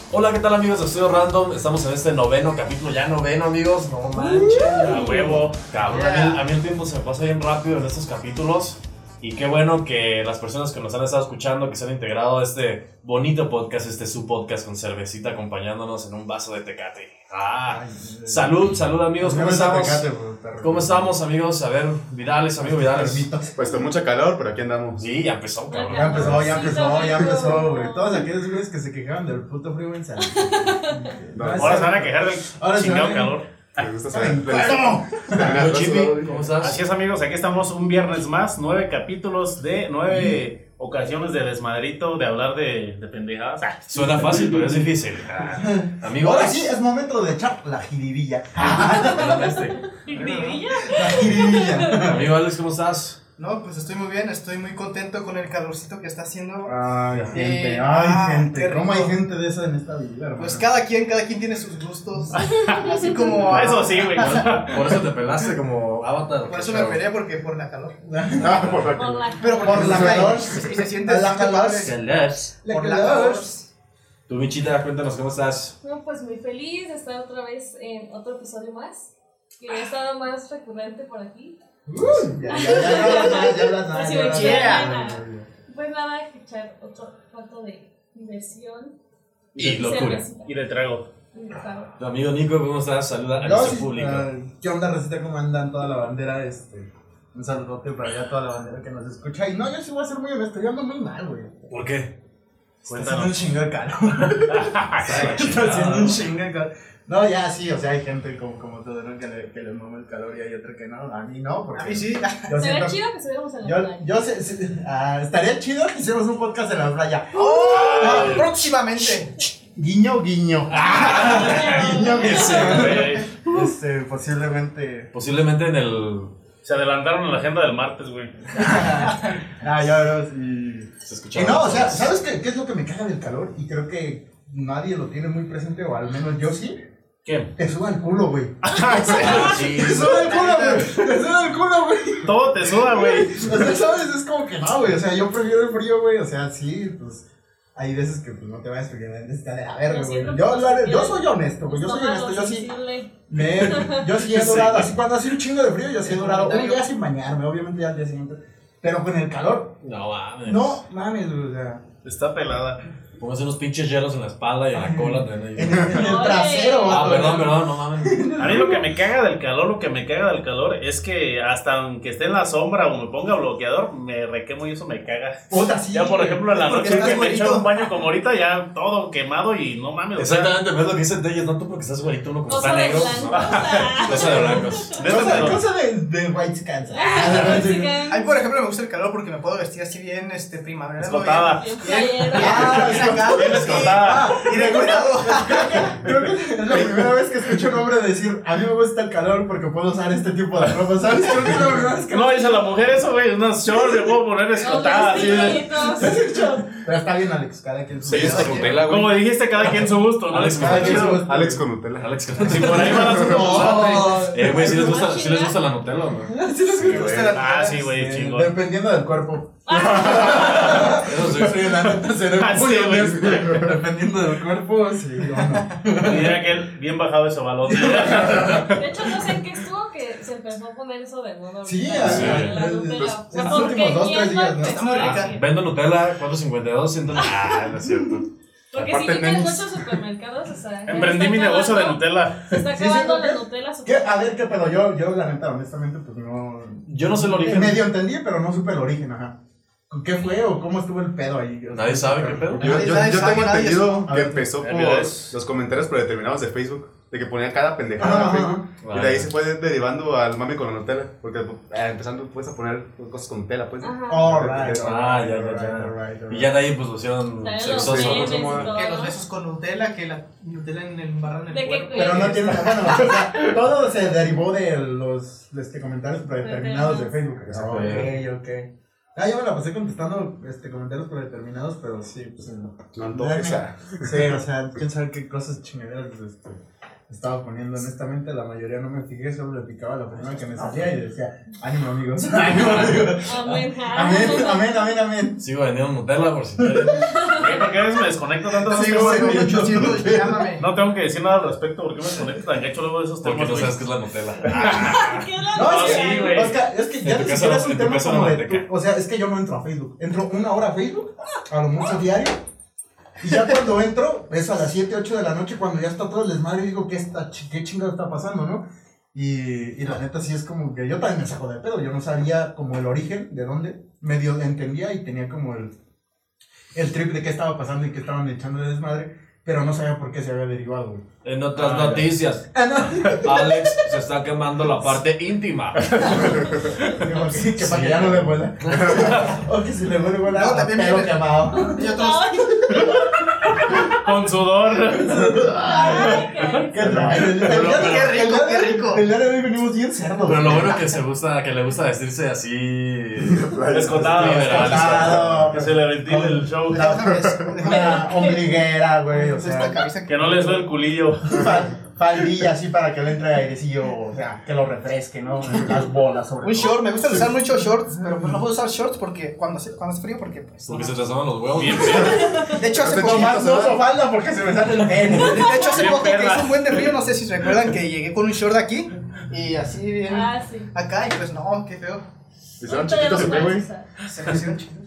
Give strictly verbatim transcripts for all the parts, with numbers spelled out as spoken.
Hola, ¿qué tal amigos de Estudio Random? Estamos en este noveno capítulo, ya noveno amigos, no manches, a huevo, cabrón, yeah. a, mí, a mí el tiempo se me pasa bien rápido en estos capítulos y qué bueno que las personas que nos han estado escuchando, que se han integrado a este bonito podcast, este su podcast con cervecita acompañándonos en un vaso de Tecate. Ah, Ay, salud, salud amigos, ¿cómo estamos? Tecate, ¿Cómo estamos amigos? A ver, Virales, amigo Virales. Pues con mucha calor, pero aquí andamos. Sí, ya empezó, cabrón. Ya empezó, ya empezó, ya empezó, güey. Todos aquellos güeyes que se quejaban del puto frío en San no, Ahora se van a quejar del ahora chingado calor. Me gusta saber. ¿Cómo Chipi? ¿Cómo estás? Así es amigos, aquí estamos un viernes más, nueve capítulos de nueve mm. ocasiones de desmadrito, de hablar de, de pendejadas. Ah, suena fácil, pero es difícil. Ah, amigo, ahora sí es momento de echar la jiribilla. ¿Jiribilla? La jiribilla. Amigo Alex, ¿cómo estás? No, pues estoy muy bien, estoy muy contento con el calorcito que está haciendo. Ay, gente, eh, ay, ah, gente. ¿Cómo hay gente de esa en esta vida, hermano? Pues cada quien, cada quien tiene sus gustos. Así como. Eso sí, güey. Por eso te pelaste como Avatar. Por eso me pelé, porque por la calor. No, por la por la Pero por, por la calor. Y se siente la calor. Por la calor. Tú, Michita, cuéntanos cómo estás. No, pues muy feliz de estar otra vez en otro episodio más. Que he estado más recurrente por aquí. Uh, ya, ya, ya, ya, ya, ya, Así me quiera. Pues nada, echar otro rato de diversión y locura. Y de trago. Tu amigo Nico, ¿cómo estás? Saluda a no, nuestro sí, público. Uh, ¿Qué onda, Recita? ¿Cómo andan toda la bandera? Este, un saludote para allá, toda la bandera que nos escucha. Y no, yo sí voy a ser muy honesto, yo ando muy mal, güey. ¿Por qué? Está haciendo un chingo de calor. Está haciendo un chingo de calor. No, ya sí, o sea, hay gente como, como tú, ¿no? que, le, que le mama el calor y hay otra que no. A mí no, porque. A mí sí. Sería chido que estuviéramos en la yo, playa. Yo sé, sé uh, estaría chido que hiciéramos un podcast en la playa. ¡Oh! No, próximamente. Guiño, guiño. Guiño, guiño. Este, posiblemente. Posiblemente en el. Se adelantaron en la agenda del martes, güey. Ah, ya verás. Y. Se escuchaba. Y no, o sea, ¿sabes qué, qué es lo que me caga del calor? Y creo que nadie lo tiene muy presente, o al menos yo sí. ¿Qué? Te suda el culo, güey. Sí. Te suda el culo, güey. Te suda el culo, güey. Todo te suda, güey. O sea, ¿sabes? Es como que no, güey. O sea, yo prefiero el frío, güey. O sea, sí, pues. Hay veces que pues, no te vayas porque está de la verga, güey. Yo, yo, yo soy honesto, güey. Yo soy honesto. Yo sí. Me, yo sí he durado. Así cuando hace un chingo de frío, yo sí he durado un día sin bañarme. Obviamente ya al día siguiente. Pero con el calor. No mames. No mames, o sea. Está pelada. Póngase unos pinches hielos en la espalda y en la cola. En el, en el trasero. Ah, perdón, perdón, no mames. A mí lo que me caga del calor, lo que me caga del calor es que hasta aunque esté en la sombra o me ponga bloqueador, me requemo y eso me caga. Puta, sí. Ya por ejemplo en la noche que me güerito. echo un baño como ahorita, ya todo quemado y no mames. Exactamente, ves lo que dicen de ellos, no tú porque estás güerito, uno como Cosa está de negro. blancos. Cosa de blancos. Cosa, cosa de, de white scans. A mí, por ejemplo, me gusta el calor porque me puedo vestir así bien este, primavera. Escotada. Bien playero. Ah, bien acá. Bien escotada. Y de cuidado. Creo que es la primera vez que escucho a un hombre decir: a mí me gusta el calor porque puedo usar este tipo de ropa, ¿sabes? Creo que es la primera vez que. No, dice la mujer eso, güey, unas shorts le puedo poner escotada así de... Pero está bien, Alex, cada quien su Sí, está con tela, güey. Como dijiste, cada quien su gusto, ¿no? Alex, Está cada quien su chido. gusto. Alex con Nutella. Alex, Si por ahí van a hacer No. Eh, güey, si les gusta, si les gusta la Nutella, ¿no? Sí, les gusta la- Ah, sí, güey, Eh, chingón. Dependiendo del cuerpo. Eso sí. Sí, la neta seré Ah, muy sí, güey. honesto. Dependiendo del cuerpo, sí o no. Mira que él, bien bajado ese balón. De hecho, no sé en qué estuvo que se empezó a poner eso de moda. Sí, ahorita, sí. la Pues, Nutella. en los ¿Por últimos qué? dos, ¿Quién tres lo días, ¿no? empezó Está muy a rica. decir? Vendo Nutella, cuatro cincuenta y dos, ciento. Ah, no es cierto. Porque Aparte, si ves nenis. muchos supermercados, o sea. ya Emprendí está mi negocio de acabando- Nutella. Se está Sí, sí, acabando ¿por la qué? Nutella. ¿Qué? A ver, ¿qué pedo? Yo, yo, la neta, honestamente, pues no. Yo no sé el origen. Medio entendí, pero no supe el origen, ajá. ¿Qué fue o cómo estuvo el pedo ahí? O sea, Nadie sabe qué pedo. Yo, yo, Nadie yo sabe, tengo nadie entendido sabe. que A ver, empezó por videos. los comentarios predeterminados de Facebook. De que ponían cada pendejada Ajá, en Facebook. ajá. Y de ahí se fue derivando al mame con la Nutella. Porque eh, empezando pues a poner cosas con Nutella, pues. Ajá. Alright, Ah, ya, ya, alright, ya. alright, alright. Y ya de ahí pues lo hicieron Traen los sexoso. memes y ¿Cómo? todo. Que los besos con Nutella, que la Nutella en el embarrado en ¿De el qué cuerpo. Pero no tiene. Bueno, o sea, todo se derivó de los este, comentarios predeterminados de Facebook. Ok, ok. Ah, yo me la pasé contestando este, comentarios predeterminados, pero sí, pues no. No antojes a- Sí, o sea, quién sabe qué cosas chingaderas este, estaba poniendo. Honestamente, la mayoría no me fijé, solo le picaba la primera que me salía y decía: ánimo, amigos. Ánimo, amigos. Amén. Amén, amén, amén, amén. Sigo vendiendo Nutella por si quieren. qué? ¿Por qué a veces me desconecto tanto de esos Sí, temas? güey, güey? ochocientos, llámame. No tengo que decir nada al respecto. ¿Por qué me desconecto tan gacho luego de esos Porque temas, no güey? sabes qué es la Nutella. ¿Qué es la No, No, es sí, que, güey. Oscar, es que En ya tu ni casa siquiera no- es un en tu tema casa como no de manteca. tú- o sea, es que yo no entro a Facebook. Entro una hora a Facebook, a lo mucho diario. Y ya cuando entro, es a las siete, ocho de la noche, cuando ya está todo el desmadre, y digo, ¿qué, está, ch- qué chingado está pasando, no? Y, y la neta sí es como que yo también me saco de pedo. Yo no sabía como el origen, de dónde. Medio entendía y tenía como el, el trip de qué estaba pasando y qué estaban echando de desmadre. Pero no sabía por qué se había derivado, güey. En otras Ah, ya. noticias, Ah, no. Alex se está quemando la parte íntima. Digo, que, que para que ya no le huela. O que si le huele, huela No, a también pelo viene- quemado. Y otros. Con sudor. Ay, qué- Qué raro. El día de- Pero- Qué rico, el día de- qué rico. El día de hoy venimos bien cerdos. Pero lo güey. bueno que se gusta, que le gusta vestirse así. Escotado, Escotado. Que se le ventile el show. La- Déjame ver, déjame ver. Una ombliguera, güey. O Esta sea, camisa Que no les dé el culillo. fal- faldilla así para que le entre airecillo. O sea, que lo refresque, ¿no? Las bolas, sobre Un todo. short, me gusta usar mucho shorts, pero pues no puedo usar shorts porque cuando hace, cuando hace frío, porque pues. Porque se trazaban los huevos. Bien, bien. De hecho, hace Hace poco. Tomás no uso falda porque se me sale el pene. De hecho, hace Bien poco que perra. hizo un buen de frío, no sé si recuerdan que llegué con un short aquí y así bien Ah, sí. acá y pues no, qué feo. Y estaban Ahorita ya chiquitos, no ¿o qué, güey? puedes usar. Se me hicieron chidos.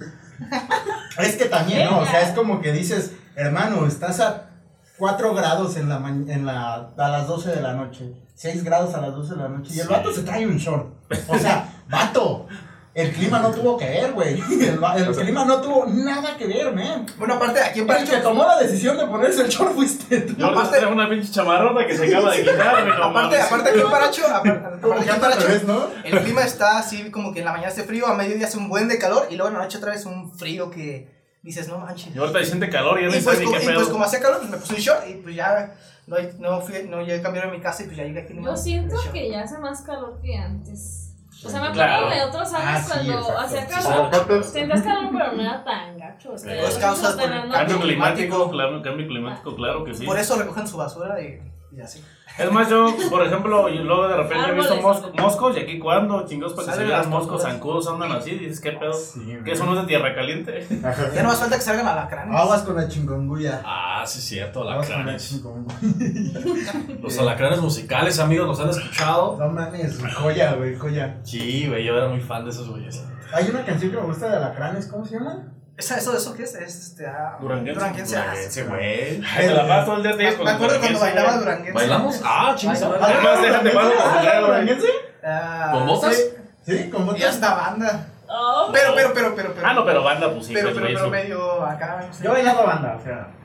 Es que también, ¿no? O sea, es como que dices, hermano, estás a cuatro grados en la ma- en la, a las doce de la noche, seis grados a las doce de la noche, y el Sí. vato se trae un short. O sea, vato, el clima no tuvo que ver, güey. El, va- el clima no tuvo nada que ver, man. Bueno, aparte, aquí en El Paracho. que tomó la decisión de ponerse el short fuiste tú. Yo ahorita traigo una pinche chamarrota que se acaba de quitar, güey. no Aparte, mames. aparte aquí en Paracho, aparte, aparte aquí en Al Paracho, revés, ¿no? el clima está así como que en la mañana hace frío, a mediodía hace un buen de calor y luego en la noche otra vez un frío que dices, no manches. Y ahorita siente calor y ya no Y sé pues, ni como, qué y pues pedo. como hacía calor, pues me puse un short y pues ya no, no, fui, no llegué a cambiar en mi casa y pues ya llegué aquí. Yo siento que ya hace más calor que antes. O sea, me acuerdo Claro. de otros años Ah, sí, cuando exacto. hacía Sí, calor. ¿Cuántos? Sentías calor, pero no era tan gacho. O sea, Pues causas hasta en la por- noche. Cambio climático, climático. claro, cambio climático, claro que sí. Por eso recogen su basura y, y así. Es más, yo, por ejemplo, y luego de repente he visto Árboles. mos- moscos y aquí cuando, chingados, para que se Salen vean las moscos tortugas. zancudos andan así, dices, ¿qué pedo? Sí, ¿Que eso no es de tierra caliente? Ya no más falta que salgan alacranes. Aguas con la chingonguya. Ah, sí, cierto, Aguas con la alacranes. chingonguya. Los alacranes musicales, amigos, ¿los han escuchado? No mames, joya, güey, joya. Sí, güey, yo era muy fan de esos güeyes. Hay una canción que me gusta de alacranes, ¿cómo se llama? ¿Esa, eso, ¿Eso qué es? Es este. Ah, Duranguense. Duranguense. ah, Ese güey. Ay, te la vas todo el día te digo Me acuerdo cuando bailaba Duranguense. ¿Bailamos? Ah, chingos. Bailaba. Además, déjate paso con Ah, sombrero, güey. ¿duranguense? Ah, ¿Con botas? Sí, Sí, con botas. y hasta banda. Oh, Pero, pero, pero, pero, pero. Ah, no, pero banda, pues sí. Pero, pues, pero, güey, pero eso. medio acá, no sé. Yo he bailado banda, o sea.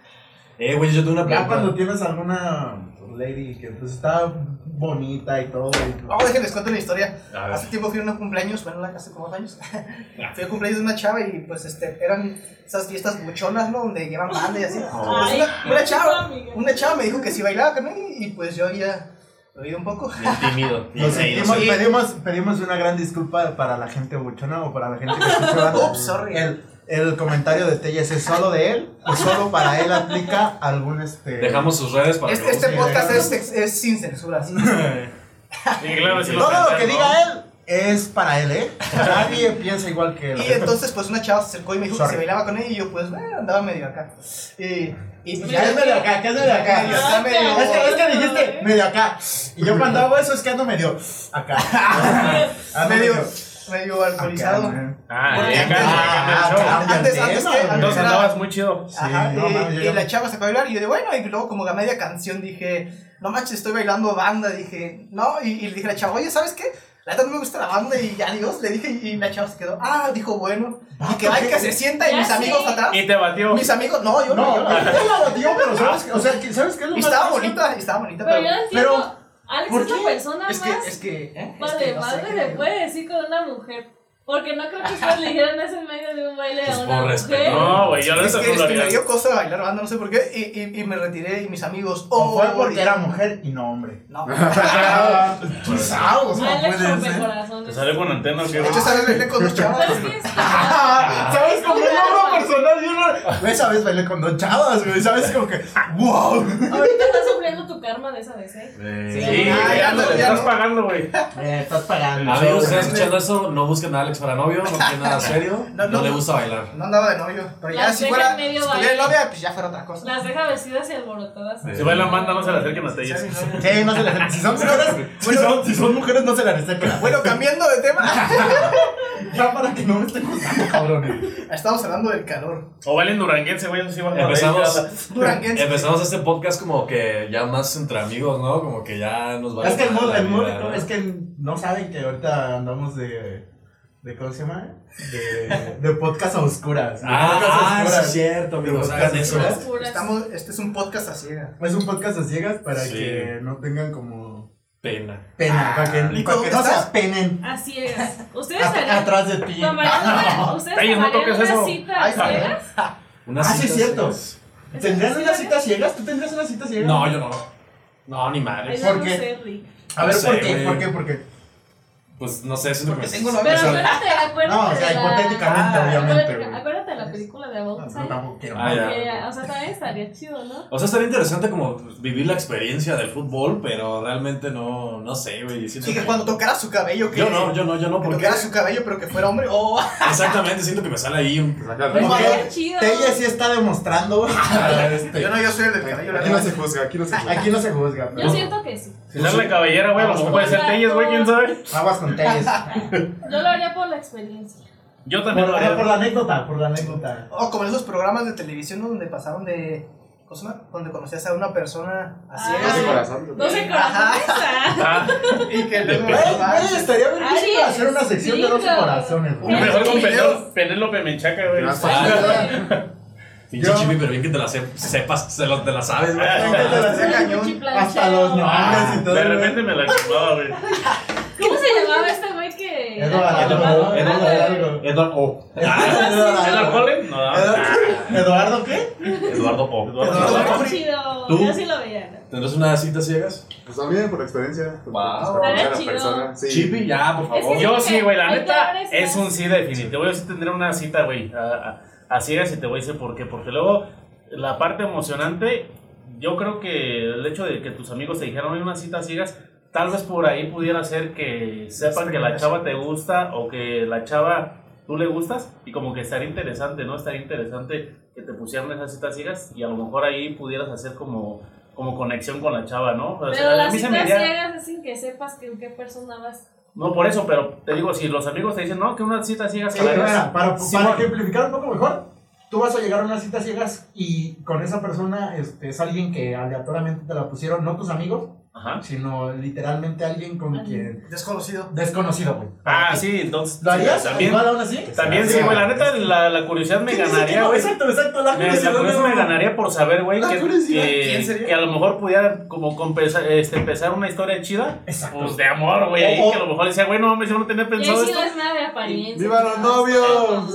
Eh, güey, yo tengo una Ya cuando pregunta. tienes alguna lady que pues está bonita y todo. Y, Vamos, déjenles cuento una historia. A ver. Hace tiempo fui a un cumpleaños, bueno, hace como dos años. Fui a cumpleaños de una chava y pues este, eran esas fiestas buchonas, ¿no? Donde llevan banda y así. Ay, Pues, una, una qué chava, amiga. una chava me dijo que si bailaba con él y pues yo había oído un poco. Bien tímido. Lo Bien sentimos, tímido. pedimos, pedimos una gran disculpa para la gente buchona o para la gente que escucha banda. Ups, sorry. El, el comentario de Telles es solo de él o solo para él aplica algún este. Dejamos sus redes para Este, que este sí, podcast déjalo. es, es sin censura. ¿Sí? Sí, claro, sí lo Todo lo cantan, que ¿no? diga él es para él, ¿eh? Nadie piensa igual que él. Y entonces pues una chava se acercó y me dijo Sorry. que se bailaba con él y yo pues eh, andaba medio acá. Y, y pues Ya es medio acá, ¿qué es medio acá? Medio acá, medio- Es que, es que dijiste medio acá. Y yo cuando hago eso es que ando medio acá. Ando medio, medio acá, alcoholizado. man. Ah, Porque ya antes- cambia, Ah, cambia el show. cambia el Antes- tema, antes que- güey. Entonces era- andabas muy chido. Sí, Ajá, no, y, mames, yo y ya- la chava sacó a bailar y yo de bueno, y luego como a media canción dije, no manches, estoy bailando banda, dije, no, y, y le dije a la chava, oye, ¿sabes qué? La neta no me gusta la banda y adiós, le dije, y la chava se quedó, ah, dijo, bueno, y que vaya que se sienta y Ya mis sé. amigos atrás, Y te batió. mis amigos, no, yo no, No, yo no. él la batió, pero ¿sabes qué? O sea, que- ¿sabes qué es lo Y más estaba triste? bonita, y estaba bonita, pero pero, yo no entiendo. pero, Alex ¿por es la qué? persona es que, más es que, ¿eh? Es vale que no sé madre qué- le puede decir con una mujer. Porque no creo que ustedes le dijeran eso en medio de un baile Pues a por una respeto. mujer. No, güey, yo no Es sé que, por es la que me vida. dio cosa bailar banda, no sé por qué, y, y, y me retiré y mis amigos, O oh, fue porque y- era mujer y no hombre. No. Tú sabes, no Alex puede rompe ser. Te corazones. sale con antena, ¿qué? De hecho, esa vez bailé con dos chavas. Pero es que es- ¿Sabes cómo es logro personal? Yo no- Esa vez bailé con dos chavas, güey. ¿Sabes? Como que, wow. ahorita está sufriendo tu tu karma de esa vez, ¿eh? Eh, Sí. Sí, Ah, ya ando- no, ya estás no. pagando, güey. Eh, estás pagando. Amigos, ustedes escuchando eso, no busquen a Alex para novio, no tiene nada serio, No, no, no. le gusta bailar. No andaba de novio, pero ya Las si deja fuera, en medio si tuviera baile. novia, pues ya fuera otra cosa. Las deja vestidas y alborotadas. Sí. Si baila manda, no se le acerquen a Sí, ellas. sí, no. Sí, no se les. Si son mujeres, si son, si son mujeres, no se les acerquen. Bueno, cambiando de tema, Ya para que no me estén juzgando, cabrones. estamos hablando del calor. O bailen duranguense, güey, eso sí va a Empezamos, Duranguense. empezamos este podcast como que ya más entre amigos, ¿no? Como que ya nos va Es que el mood, la el mood, vida, ¿no? es que no saben que ahorita andamos de. ¿De cómo se llama? De, de podcast a oscuras. De Ah, podcast a ah, sí oscuras. es cierto, amigos, De hagan podcast eso. a Las oscuras. puras. Estamos, este es un podcast a ciega. Es un podcast a ciegas para Sí. que no tengan como Pena. pena, Ah, para que, ¿y para tú que no se estás? apenen A ciegas. ¿Ustedes at- harían, atrás de ti. tomarían una, ¿ustedes Ey, no tomarían toques una eso. cita a Ay, ciegas? Una Ah, sí, cita es cierto. ciegas. ¿Tendrías ¿Sí, una sí? cita ciegas? ¿Tú tendrías una cita ciega? No, yo no. No, ni Ay, madre. no, ¿Por no qué? sé, Rick. A ver, No sé, ¿por qué? güey. ¿Por qué? ¿Por qué? Pues no sé, siento que Porque me- tengo novia. Pero Eso- acuérdate, acuérdate. No, o sea, de la- hipotéticamente, Ah, obviamente, acuérdate, güey. acuérdate de la película de No, Outside. no, tampoco quiero. Ah, ya. Que, o sea, también estaría chido, ¿no? O sea, estaría interesante como vivir la experiencia del fútbol, pero realmente no, no sé, güey. siento Sí, que cuando tocara su cabello, que Yo no, yo no, yo no, que porque tocara su cabello, pero que fuera hombre. Oh, exactamente siento que me sale ahí un... Saca el Pues ritmo. estaría chido. Telle sí está demostrando. este, yo no, yo soy el del cabello. la Aquí no verdad. se juzga, aquí no se juzga. Aquí no se juzga. Yo Pero siento que sí. Si sale la cabellera, güey, a lo mejor puede ser Telles, güey, quién sabe. aguas con Telles. Yo lo haría por la experiencia. Yo también Por, lo haría. por la anécdota, por la anécdota. O como en esos programas de televisión, ¿no? Donde pasaron de. ¿Cómo se llama? Donde conocías a una persona así. Ah. Doce corazón. doce corazones. ah. Ah, Y que luego. Güey, güey, estaría bien difícil Aries, hacer una sección de doce bingo. corazones. Sí. güey. mejor con Sí, Penelo- Penélope Menchaca, güey. Más Ah, Pinche Yo- chibi, pero bien que te la sep- sepas, se lo, te la sabes, güey. Venga, te la sé cañón. Cuchiplancheo. Hasta los nombres y todo. De güey. repente me la chupaba, güey. ¿Cómo se llamaba este güey que.? Eduardo, Eduardo. Eduardo. Edward O. ¿Edward Cullen? No, no. ¿Eduardo qué? Eduardo O. Eduardo. Eduardo. Está chido. ¿Tú? Yo sí lo veía, ¿no? ¿Tendrás una cita ciegas? Pues también por la experiencia. Wow. Para conocer a la Estaría persona. Sí. Chibi, ya, por Es favor. que- Yo sí, güey, la Ahí te neta abres es más. un sí definitivo. Yo sí tendré una cita, güey, a, a, a ciegas y te voy a decir por qué. Porque luego la parte emocionante, yo creo que el hecho de que tus amigos te dijeron hay una cita a ciegas, tal vez por ahí pudiera ser que sepan que la chava te gusta o que la chava tú le gustas y como que estaría interesante, ¿no? Estaría interesante que te pusieran esa cita a ciegas y a lo mejor ahí pudieras hacer como, como conexión con la chava, ¿no? O sea, Pero a las mí se citas me haría- ciegas es sin que sepas que en qué persona vas. No, por eso, pero te digo, si los amigos te dicen, no, que una cita ciega Sí, se la mira, hagas, para, Simón. para ejemplificar un poco mejor, tú vas a llegar a una cita ciegas y con esa persona este, es alguien que aleatoriamente te la pusieron, no tus amigos, Ajá. sino literalmente alguien con Alguien. quien. Desconocido. Desconocido, güey. Ah, sí, entonces. ¿Lo harías? También, ¿Igual aún así? también sí, güey. La neta, la, la curiosidad me ¿Quién dice que ganaría, no? güey. Exacto, exacto, la Me, la curiosidad. curiosidad no. me ganaría por saber, güey, La que, curiosidad. ¿Quién que, sería? que a lo mejor pudiera como compensar, este, empezar una historia chida. Exacto. Pues de amor, güey. Ahí O- que a lo mejor decía, güey, no mames, yo no tenía Y ahí pensado sí esto. no es nada de apariencia. ¡Viva los novios!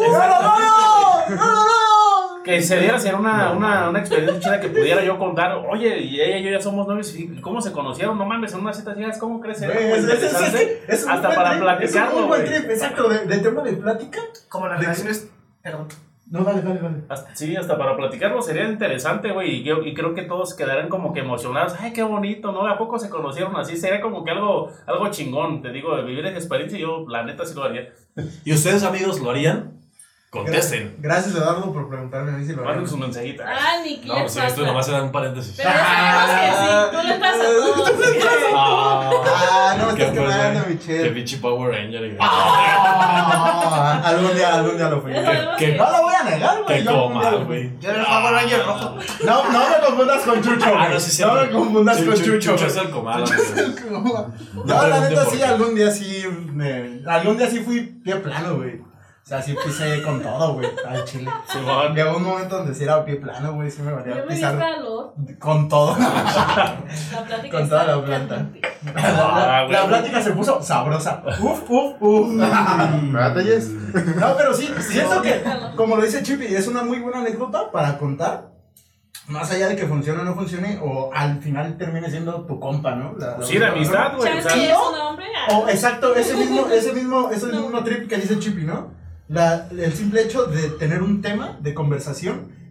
Que se diera ser una, una, una experiencia chida que pudiera yo contar. Oye, y ella y yo ya somos novios. ¿Y cómo se conocieron? No mames, en una cita ciega, ¿cómo crees? Era Güey, como es- es- es- es- interesante. es un Hasta buen para trip, platicarlo, es un muy buen güey. trip, exacto, de, de tema de plática. Como las relaciones. Perdón. No, dale, dale, dale. Hasta- Sí, hasta para platicarlo sería interesante, güey. Y, yo- y creo que todos quedarán como que emocionados. Ay, qué bonito, ¿no? ¿A poco se conocieron así? Sería como que algo, algo chingón, te digo, de vivir esa experiencia. Yo, la neta, sí lo haría. ¿Y ustedes, amigos, lo harían? Contesten. Gracias, Eduardo, por preguntarme a mí si lo Manden haría. su mensajito. Ah, ni No, pues esto nomás era un paréntesis. Pero ya sabemos que sí, tú le estás a todos. Ah, Ah, no me ¿qué estás fue, quemando, güey? Michelle. Qué pinche Power Ranger. güey. Ah, algún día, algún día lo fui. Eso sabemos que- que- No lo voy a negar, güey. Qué yo algún día comal, lo fui. güey. Yo era el Power Ranger rojo. No, no me confundas con Chucho. Ah, güey. no, sí, sí. No me confundas con Chucho. Chucho es el comal. amigo. No, la pregunten neta por sí, qué. algún día sí me. Algún día sí fui pie plano, güey. O sea, sí pisé con todo, güey, al chile. Simón. Llegó un momento donde sí era pie plano, güey, sí me valía Yo me di pisar calor. con todo. La plática Con está toda la planta. caliente. Ah, La, güey. la plática se puso sabrosa. Uf, uf, uf. ¿Verdad, Telles? No, pero sí, siento que, como lo dice Chippy, es una muy buena anécdota para contar. Más allá de que funcione o no funcione, o al final termine siendo tu compa, ¿no? La- la Sí, de otra persona. amistad, güey. O Chance sea, es un hombre. ah. O exacto, ese mismo, ese mismo, ese No. mismo trip que dice Chippy, ¿no? La, el simple hecho de tener un tema de conversación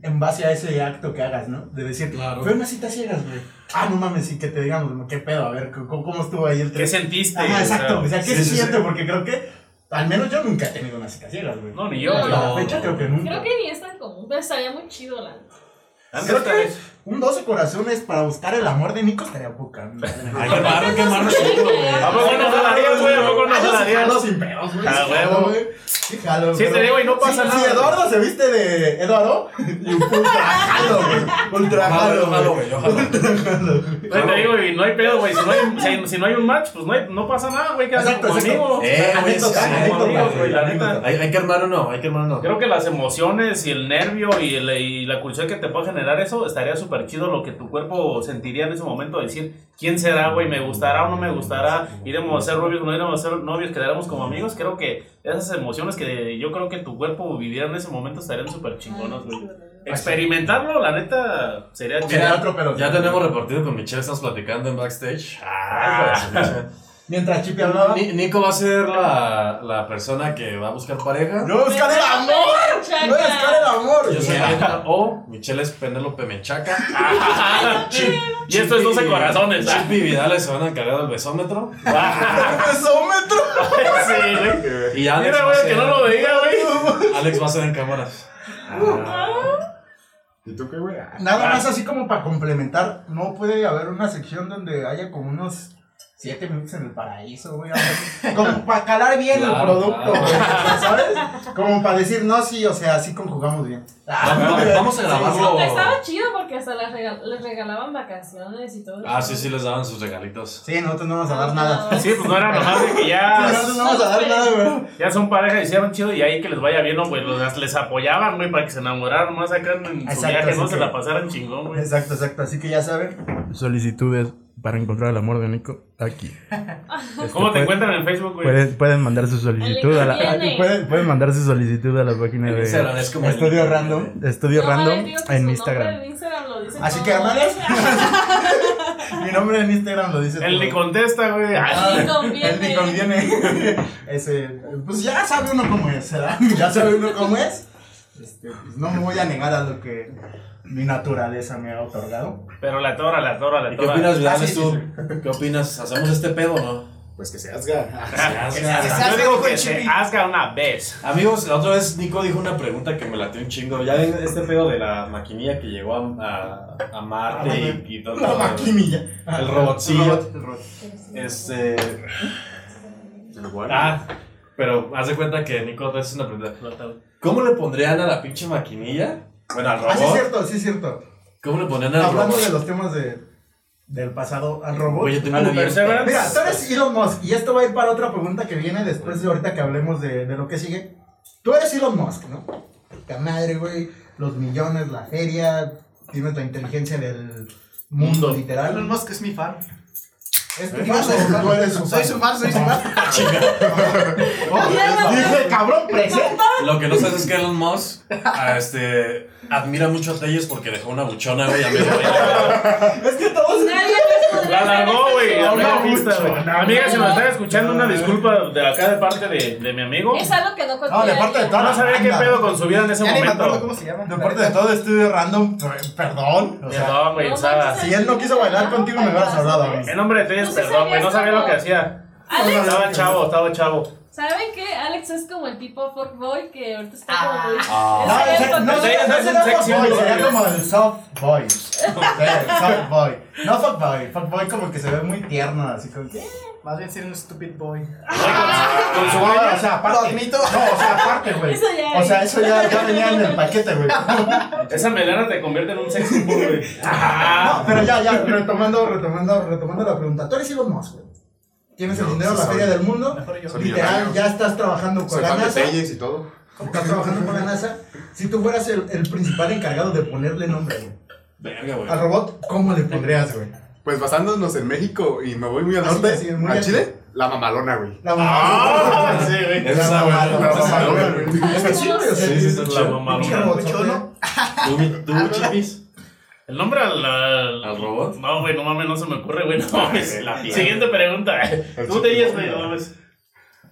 en base a ese acto que hagas, ¿no? De decir, Claro. fue una cita ciegas, güey. Ah, no mames, sí, que te digamos, qué pedo, a ver, ¿cómo, cómo estuvo ahí el ¿Qué trip? sentiste? Ajá, exacto, o sea, ¿qué sí, se sí, siente? sí. Porque creo que, al menos yo nunca he tenido una cita ciegas, güey. No, ni yo, No, güey. Hasta no. la fecha creo que nunca. Creo que ni es tan común, pero estaría muy chido, la neta. Antes Creo tal que vez. un doce corazones para buscar el amor de Nico estaría poca. Hay que amarlo, que amarlo chido, güey. ¿A poco no jalarías, güey? ¿A poco no Ah, yo sí jalarías? jalo sin pedos, güey. Ah, Sí jalo, huevo. güey. Sí jalo, Sí, te digo, y no pasa sí, nada. Si Eduardo se viste de Eduardo, y ultra jalo, güey. Ultra Jalo, jalo, yo jalo, güey. güey, yo jalo. Pues te digo, y no hay pedo, güey. Si no hay, si, si no hay un match, pues no, hay, no pasa nada, güey. Quedas Exacto, como exacto. amigo. Eh, güey, Anécdota, sí, anécdota, amigos, güey, la anécdota. neta. Hay, hay que armar uno, hay que armar uno. Creo que las emociones y el nervio y, el- y la curiosidad que te puede generar eso, estaría súper chido lo que tu cuerpo sentiría en ese momento. Decir, ¿quién será, güey? ¿Me gustará o no me gustará? ¿Iremos a ser novios o no iremos a ser novios? ¿Quedaremos como amigos? Creo que esas emociones que yo creo que tu cuerpo viviera en ese momento estarían súper chingonas, güey. Experimentarlo, la neta, sería chido. Mira, otro pero. Ya tenemos repartido con Michelle, estamos platicando en backstage. Ah, Mientras Chipi hablaba. Ni- Nico va a ser la, la persona que va a buscar pareja. ¡No buscar el amor! ¡No buscar el amor! Yo soy Neta o Michelle es Penélope Menchaca. Y esto es doce corazones. ah. Chip y Vidal se van a encargar del besómetro. ¡El besómetro! Sí, güey. Y Alex Mira, va a güey, que ser- no lo veía, güey. Alex va a ser en cámaras. ¿Y tú qué, güey? Nada Ah. más así como para complementar, no puede haber una sección donde haya como unos siete minutos en el paraíso, güey. algo así. Como para calar bien Claro, el producto, claro. güey, ¿sabes? Como para decir, no, sí, o sea, sí conjugamos bien. Vamos, vamos a grabarlo. Estaba chido porque hasta les, regal- les regalaban vacaciones y todo. Ah, sí, sí, les daban sus regalitos. Sí, nosotros no vamos a dar nada. Sí, pues no era nomás de que Sí, ya, nosotros no vamos a dar nada, güey. ya son pareja y hicieron chido y ahí que les vaya bien, ¿no, güey? Los- Les apoyaban, güey, para que se enamoraran más acá en su Exacto, viaje, así no se que- la pasaran chingón, güey. Exacto, exacto. Así que ya saben. Solicitudes para encontrar el amor de Nico aquí. ¿Cómo te encuentran en Facebook, güey? Pueden, pueden mandar su solicitud a la, El link pueden, pueden mandar su solicitud a la página En de Instagram es como el Estudio link. Random, Estudio No, Random les digo que su en nombre Instagram. en Instagram lo dice Así todo. que, hermanos, mi nombre en Instagram lo dice Él todo. ni contesta, güey. Ay, Ah, Ni conviene. él ni conviene. Ese, pues ya sabe uno cómo es, ¿verdad? Ya sabe uno cómo es. Este, pues no me voy a negar a lo que mi naturaleza me ha otorgado. Pero la tora, la tora, la ¿Y tora. qué opinas, Vidal? Ah, sí, tú? sí, ¿Qué opinas? ¿Hacemos este pedo o no? Pues que se asga. Yo digo que se hazga una vez. Amigos, la otra vez Nico dijo una pregunta que me latió un chingo. Ya ven este pedo de la maquinilla que llegó a, a, a Marte Ah, y, y todo. La maquinilla. El robotcillo. El robot, el robot. Este. Ah, pero haz de cuenta que Nico te hace una pregunta. ¿Cómo le pondrían a la pinche maquinilla? Bueno, al Ah, sí es robot. cierto, sí es cierto. ¿Cómo le ponían al Hablando robot? de los temas de, del pasado al robot. Oye, tengo Al una bien- Perseverance. Mira, tú eres Elon Musk y esto va a ir para otra pregunta que viene después de ahorita que hablemos de, de lo que sigue. Tú eres Elon Musk, ¿no? La madre, güey, los millones, la feria, tienes la inteligencia del mundo, Mundo. literal. Elon Musk es mi fan. Es tu fan o tú eres su Soy fan? su fan, soy su fan. Dije, cabrón, presente. Lo que no sabes es que Elon Musk ah, este, admira mucho a Telles porque dejó una buchona, güey. A mí, güey. Es que todos. Nadie les podría La largó, hacer güey. eso. La Habla mera pista, mucho, güey. no, Amiga, si no. nos están escuchando, una disculpa de acá de parte de, de mi amigo. Es algo que no No, cualquiera de parte de haría. toda No la sabía qué banda. pedo con su vida en ese Ya ni me acuerdo momento. cómo se llama. De parte de todo estudio random, perdón. O sea, Perdón, güey. No O sea, manches, si él no quiso bailar contigo, me hubieras hablado a mí. en nombre de Telles, No sé, perdón, güey. No sabía sabías lo que cómo- hacía. Alex, Estaba chavo, estaba chavo. ¿saben qué? Alex es como el tipo fuckboy que ahorita está Ah. como muy... Ah. No, Es ese- el no, fuckboy. no, Ese- no ese sería es sexy, fuckboy, güey. sería como el soft boy. Sí, soft boy. No fuckboy, fuckboy como que se ve muy tierno, así como que. Más bien ser un stupid boy. Con su No, güey. o sea, aparte. Lo admito. No, o sea, aparte, güey. Eso ya O sea, es. eso ya, ya venía en el paquete, güey. Esa melena te convierte en un sexy boy, güey. No, pero ya, ya, retomando, retomando, retomando la pregunta. Tú eres Elon Musk, güey. Tienes el No, dinero, sí la soy. feria del mundo. Mejor yo. Soy Literal, millonario. ya estás trabajando con Soy la fan de NASA. Telles y todo. Estás trabajando con la NASA. Si tú fueras el, el principal encargado de ponerle nombre, güey, Verga, güey. al robot, ¿cómo le pondrías, güey? Pues basándonos en México y me voy muy al Así, norte, así, muy a al- Chile, la mamalona, güey. La Ah, mamá. sí, güey. Esa La güey, mamá, la la mamá, mamá, güey. güey. Es que sí, güey, o sea, Sí, sí, es- sí, La chido. mamá, pinche güey. robot, Mucho, ¿no? ¿Tú, tú, Chipis? ¿El nombre al, al, ¿Al robot? No, güey, no mames, no se me ocurre, güey. No mames. La piel. Siguiente pregunta. ¿Tú te oyes, güey? No mames.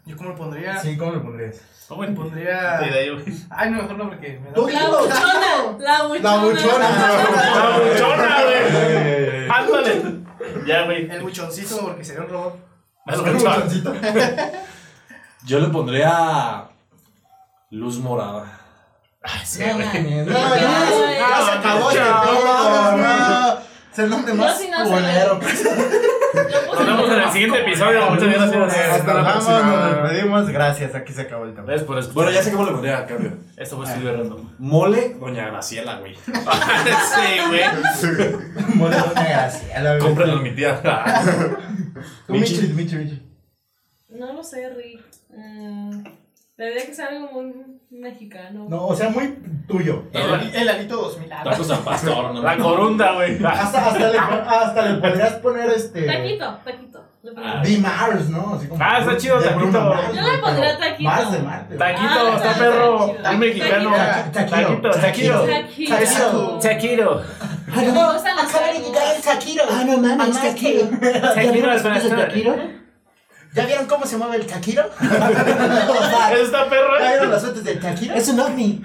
¿Yo cómo lo pondría? Sí, ¿cómo lo pondrías? ¿Cómo Le pondría... Te idea, güey. Ay, no, mejor no, porque me da... Tú La dilo. buchona. La buchona. La buchona. ¡La buchona, güey! ¡Ándale! Ya, güey. El buchoncito, porque sería un robot. El Un buchón. buchoncito. Yo le pondría luz morada. Sí, No, güey. mames, no, ya, ya se acabó este Chao. pedo, no. Es el nombre más Yo sí no sé. culero. Nos vemos en el siguiente episodio. Muchas gracias. Hasta la próxima. próxima. Nos despedimos. Gracias. Aquí se acabó el tema. Gracias por escuchar. Bueno, ya sé cómo le pondría a cambio. Esto fue Estudio Random. Mole, doña Graciela, güey. Sí, güey. Mole, doña Graciela. Cómprenlo a mi tía. Tú, Michi, Michi, Michi. No lo sé, Rick. Mm, tendría que ser algo muy mexicano. No, o sea, muy tuyo. El, el alito dos mil. Ah, Tacos al pastor, no La corunda, güey. Hasta, hasta, le, hasta le podrías poner este. Taquito, taquito. Le pondría. Be Mars, ¿no? Así como Ah, está chido, de taquito. Bruno Mars, Yo le güey, pondría pero taquito. Mars de Marte. Taquito, Ah, está está perro. chido. Muy mexicano. Taquito. Taquito, taquito. Taquito. Taquito. Me gustan los tacos. taquiro. Ah, no mames, taquiro. Taquiro es buenas. ¿Ya vieron cómo se mueve el taquiro? Eso está perro. ¿Ya vieron las fotos del taquiro? Es un ovni.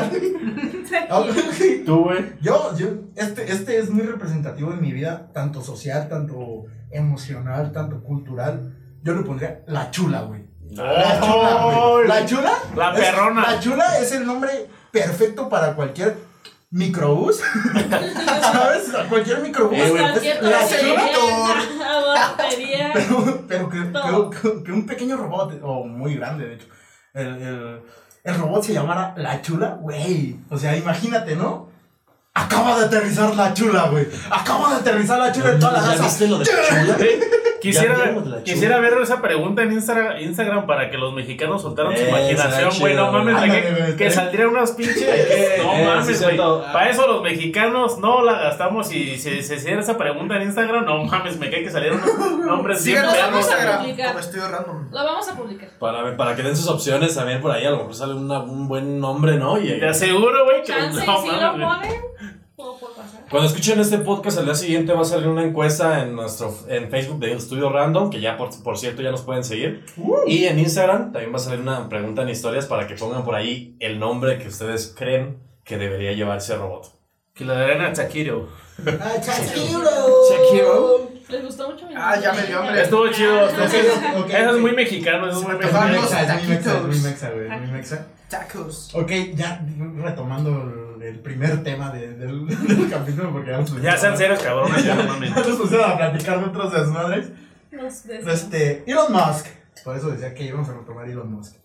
Tú, güey. Yo, yo, este, este es muy representativo en mi vida, tanto social, tanto emocional, tanto cultural. Yo le pondría la chula, güey. La chula, güey. La chula. La es- perrona. La chula es el nombre perfecto para cualquier microbús. ¿Sabes? Cualquier microbús. Eh, güey, Cualquier la tortería, chula. aguatería. Pero, pero que, Todo. que- que un pequeño robot, o muy grande de hecho, el, el, el robot se llamara La Chula, güey. O sea, imagínate, ¿no? Acaba de aterrizar La Chula, güey. Acaba de aterrizar La Chula en toda la ¿Ya casa. viste lo de chula? Quisiera, Ya vimos la chula. quisiera ver esa pregunta en Instagram, Instagram para que los mexicanos soltaran su Eh, imaginación, será güey. No chido, mames, güey. de Ándale, que, güey, que está saldrían unas pinches. Eh, No eh, mames, sí, güey. cierto. Para eso los mexicanos no la gastamos y si se hiciera esa pregunta en Instagram, no mames, me cae que salieran unos nombres bien Síganos en vamos a perros. Instagram publicar. como Estudio Random. Lo vamos a publicar. Para, para que den sus opciones también por ahí, a lo mejor sale una- un buen nombre, ¿no? Y, Te aseguro, güey, que Chance, y no si lo mames, güey. ponen, todo puede pasar. Cuando escuchen este podcast al día siguiente va a salir una encuesta en nuestro en Facebook de Estudio Random, que ya por, por cierto ya nos pueden seguir. Y en Instagram también va a salir una pregunta en historias para que pongan por ahí el nombre que ustedes creen que debería llevar ese robot. Que le darían a Shakiro. Ah, Shakiro. Shakiro. ¿Les gustó mucho mi Ah, ya me dio hambre. Estuvo chido. Ok, Eso ok, es ok. muy mexicano, eso es muy Es Taquitos. muy mexicano. mexa, es muy mexa, es muy mexa, güey, es muy mexa. Tacos. Ok, ya retomando el, el primer tema de- del, del capítulo, porque ya nos Ya pusieron- sean serios, cabrones, ya no mames. ya nos pusieron a platicar de otros desmadres. Nos des- Este, Elon Musk, por eso decía que íbamos a retomar Elon Musk.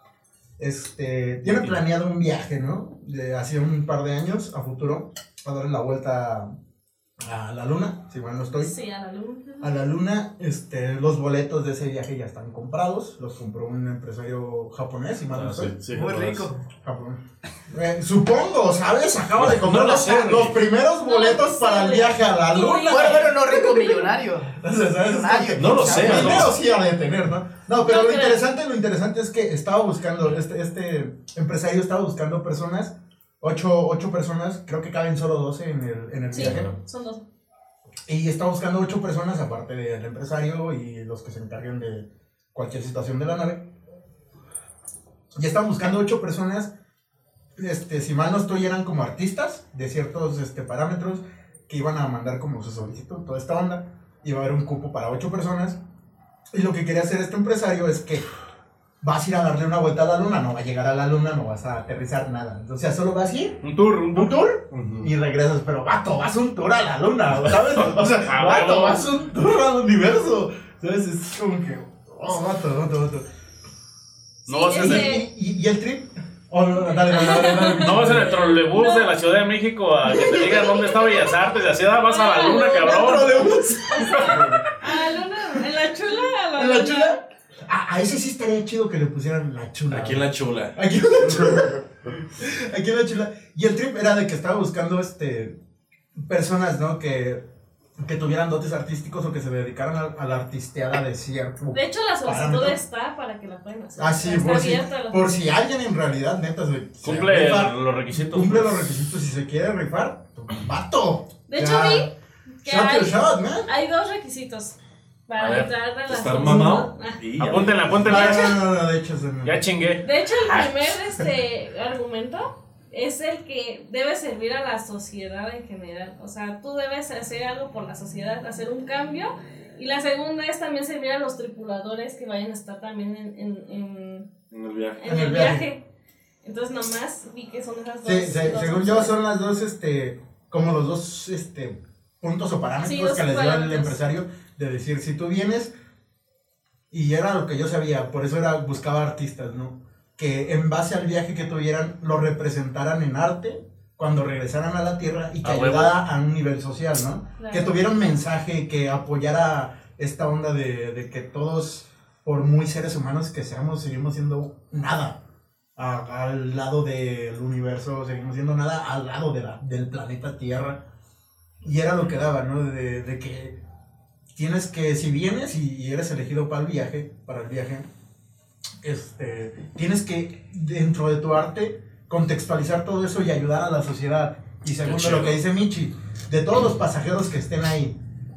Este, tiene planeado un viaje, ¿no? De hace un par de años a futuro, a darle la vuelta a la luna, si mal no estoy. Sí, a la luna. A la luna, este, los boletos de ese viaje ya están comprados, los compró un empresario japonés, si mal no Ah, estoy. sí, sí, Muy japonés. rico. Japón. Eh, supongo, ¿sabes? Acaba de comprar No lo los, sé, güey. los primeros boletos No, para el sí, viaje a la güey. luna. Bueno, bueno, no rico millonario. Entonces, ¿sabes? Millonario. No lo sé, Dinero no. sí ha de tener, ¿no? No, pero No lo creo. interesante, lo interesante es que estaba buscando, este, este empresario estaba buscando personas, ocho, ocho personas, creo que caben solo doce en el, en el Sí, viaje. son dos. Y está buscando ocho personas, aparte del empresario y los que se encarguen de cualquier situación de la nave. Y están buscando ocho personas, este, si mal no estoy, eran como artistas de ciertos este, parámetros que iban a mandar como su solicitud, toda esta onda. Iba a haber un cupo para ocho personas. Y lo que quería hacer este empresario es que vas a ir a darle una vuelta a la luna, no va a llegar a la luna, no vas a aterrizar nada. O sea, solo vas a ir, Un tour, un un tour. tour, Ujú. y regresas, pero vato, vas un tour a la luna, ¿sabes? O sea, Ah, vato, huevo. vas un tour al universo, ¿sabes? Es como que, oh, vato, vato, vato. No vas a Sí, hacer. ese- ¿Y, y, y el trip? Oh, no, dale, dale, dale, dale. No vas en el trolebús de la Ciudad de México a que te digan dónde está Bellas Artes, y así ah, vas a la luna, ¿El cabrón. trolebús? A la luna, en la chula, a la ¿En la luna. chula? A, a ese sí estaría chido que le pusieran la chula. Aquí en la chula. Aquí en la chula. Aquí en la chula. Y el trip era de que estaba buscando este personas, ¿no? Que, que tuvieran dotes artísticos o que se dedicaran a, a la artisteada de cierto. De hecho, la solicitud parámetro. está para que la puedan hacer. Ah, sí, Está por si, abierta la- por si alguien en realidad, neta, se, se Cumple rifa, los requisitos. cumple los requisitos y se quiere rifar, ¡vato! De hecho, Ya. vi que Shot your hay, shot, man. hay dos requisitos. Para A ver, entrar a la Estar mamado. Ah. Y ya. Apúntenla, apúntenla. No, no, no, de hecho, se me... Ya chingué. De hecho, el primer este, argumento es el que debe servir a la sociedad en general. O sea, tú debes hacer algo por la sociedad, hacer un cambio. Y la segunda es también servir a los tripuladores que vayan a estar también en, en, en, En el viaje. en el viaje. Entonces nomás vi que son esas dos. Sí, se- dos según yo cosas. son las dos, este, como los dos, este, puntos o parámetros Sí, dos que les dio el parámetros. empresario de decir, si tú vienes, y era lo que yo sabía, por eso era, buscaba artistas, ¿no? Que en base al viaje que tuvieran, lo representaran en arte cuando regresaran a la tierra y que A huevo. ayudara a un nivel social, ¿no? Claro. Que tuviera un mensaje que apoyara esta onda de, de que todos, por muy seres humanos que seamos, seguimos siendo nada. A- al lado del universo, seguimos siendo nada al lado de la, del planeta Tierra. Y era lo que daba, ¿no? De, de que tienes que, si vienes y, y eres elegido para el viaje, para el viaje, este, tienes que, dentro de tu arte, contextualizar todo eso y ayudar a la sociedad. Y segundo, chido. lo que dice Michi, de todos los pasajeros que estén ahí,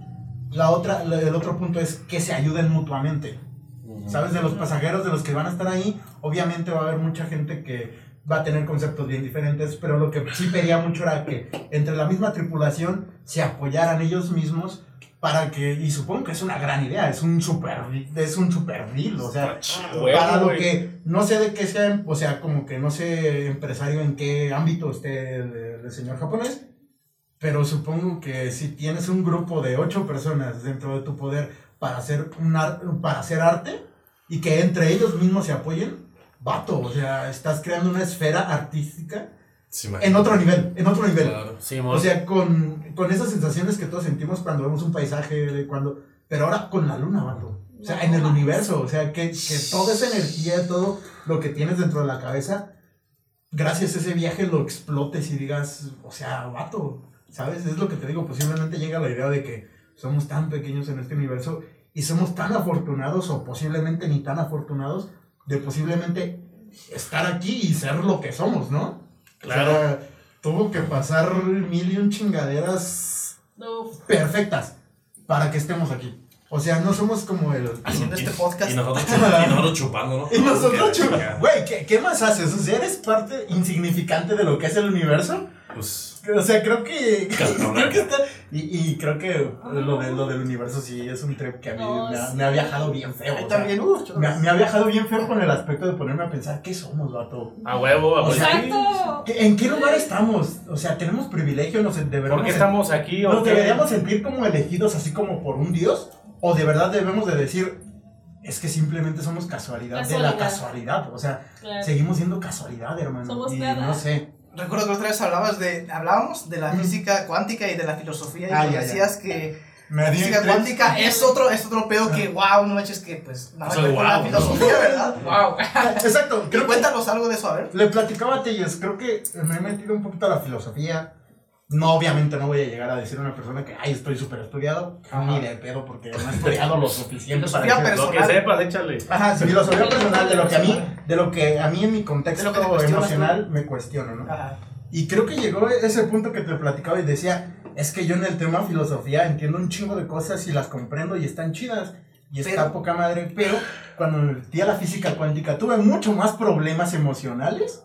la otra, la- el otro punto es que se ayuden mutuamente. ¿Sabes? De los pasajeros, de los que van a estar ahí, obviamente va a haber mucha gente que va a tener conceptos bien diferentes, pero lo que sí pedía mucho era que entre la misma tripulación se apoyaran ellos mismos para que, y supongo que es una gran idea, es un super, es un super deal, o sea, Huevo, para lo güey. que no sé de qué sea, o sea, como que no sé empresario en qué ámbito esté el, el señor japonés, pero supongo que si tienes un grupo de ocho personas dentro de tu poder para hacer, un ar- para hacer arte y que entre ellos mismos se apoyen, vato, o sea, estás creando una esfera artística Sí, en otro nivel, en otro nivel. Claro. Sí, O sea, con, con esas sensaciones que todos sentimos cuando vemos un paisaje, de cuando, pero ahora con la luna, vato. O sea, en el universo, o sea, que, que toda esa energía, todo lo que tienes dentro de la cabeza, gracias a ese viaje lo explotes y digas, o sea, vato, ¿sabes? Es lo que te digo, posiblemente llega la idea de que somos tan pequeños en este universo y somos tan afortunados o posiblemente ni tan afortunados de posiblemente estar aquí y ser lo que somos, ¿no? Claro. O sea, tuvo que pasar mil y un chingaderas Uf. perfectas para que estemos aquí. O sea, no somos como el... Haciendo este podcast. Y nosotros, chup- y nosotros chupando, ¿no? Y nosotros, Que- chu- güey, ¿qué, ¿qué más haces? O sea, ¿eres parte insignificante de lo que es el universo? Pues. O sea, creo que... Cabrón. creo que está... Y, y creo que lo, de, lo del universo sí es un trip que a mí No, me, ha, sí. me ha viajado bien feo. Ahí o sea, también, uh, yo- me, ha- me ha viajado bien feo con el aspecto de ponerme a pensar, ¿qué somos, vato? A huevo, a O huevo. sea, Exacto. ¿Qué- ¿En qué lugar estamos? O sea, ¿tenemos privilegio? ¿Nos deberíamos ¿Por qué estamos aquí? ¿O ¿Nos qué? deberíamos sentir como elegidos así como por un dios? ¿O de verdad debemos de decir, es que simplemente somos casualidad, de la Casualidad. casualidad? O sea, Claro. seguimos siendo casualidad, hermano. Somos y nada. no sé. Recuerdo que otra vez hablabas de, hablábamos de la Mm. física cuántica y de la filosofía y Ah, me ya, ya. decías que Me la di física tres- cuántica es otro, es otro pedo que, wow, no manches que pues nada O sea, que ver con la wow, filosofía, ¿verdad? Wow. Exacto, Y creo que cuéntanos algo de eso, a ver. le platicaba a Telles, creo que me he metido un poquito a la filosofía. No, obviamente no voy a llegar a decir a una persona que, ay, estoy súper estudiado. Ajá. Ni de pedo, porque no he estudiado lo suficiente para Filosofía decir- Lo que personal. sepas, échale. Ajá, sí, filosofía personal, de lo que a mí, de lo que a mí en mi contexto De lo que te cuestionas, emocional me cuestiono, ¿no? Ajá. Y creo que llegó ese punto que te platicaba y decía, es que yo en el tema filosofía entiendo un chingo de cosas y las comprendo y están chidas y está Pero- poca madre, pero cuando me metí a la física cuántica tuve mucho más problemas emocionales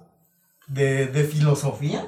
de, de filosofía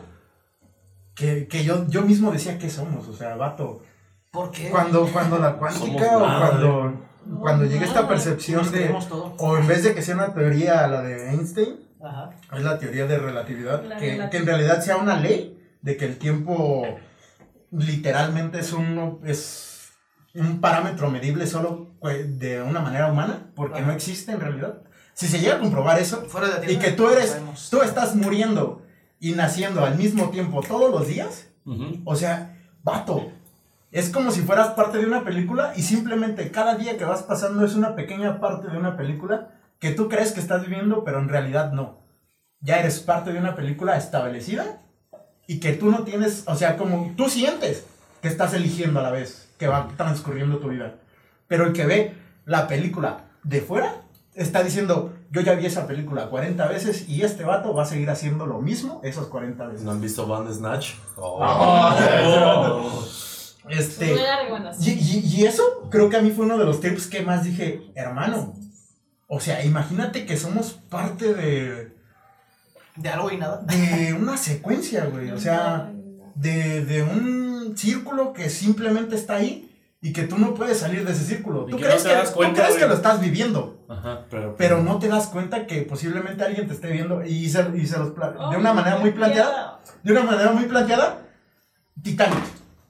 que, que yo, yo mismo decía que somos, o sea, vato. ¿Por qué? Cuando, cuando la cuántica o Somos nada, cuando, cuando llega esta nada. percepción Nos de, creemos todo. o en vez de que sea una teoría la de Einstein, Ajá. es la teoría de relatividad, La que, relatividad. que en realidad sea una ley de que el tiempo literalmente es un, es un parámetro medible solo pues, de una manera humana, porque Ajá. no existe en realidad. Si se llega a comprobar eso, Fuera de la y Tierra, que tú eres, sabemos. tú estás muriendo y naciendo al mismo tiempo todos los días, o sea, vato, es como si fueras parte de una película y simplemente cada día que vas pasando es una pequeña parte de una película que tú crees que estás viviendo, pero en realidad no. Ya eres parte de una película establecida y que tú no tienes, o sea, como tú sientes que estás eligiendo a la vez que va transcurriendo tu vida. Pero el que ve la película de fuera está diciendo, yo ya vi esa película cuarenta veces y este vato va a seguir haciendo lo mismo esas cuarenta veces. ¿No han visto Bandersnatch? Oh. Oh. Este, Muy buenas. y, y, y eso creo que a mí fue uno de los tips que más dije, hermano. O sea, imagínate que somos parte de, De algo y nada. de una secuencia, güey. O sea, de, de un círculo que simplemente está ahí y que tú no puedes salir de ese círculo. Y Tú que crees, no te que, das tú cuenta, crees güey. que lo estás viviendo, Ajá. Pero, pero no te das cuenta que posiblemente alguien te esté viendo y se, y se los pla- de una manera muy planteada. De una manera muy planteada, Titanic.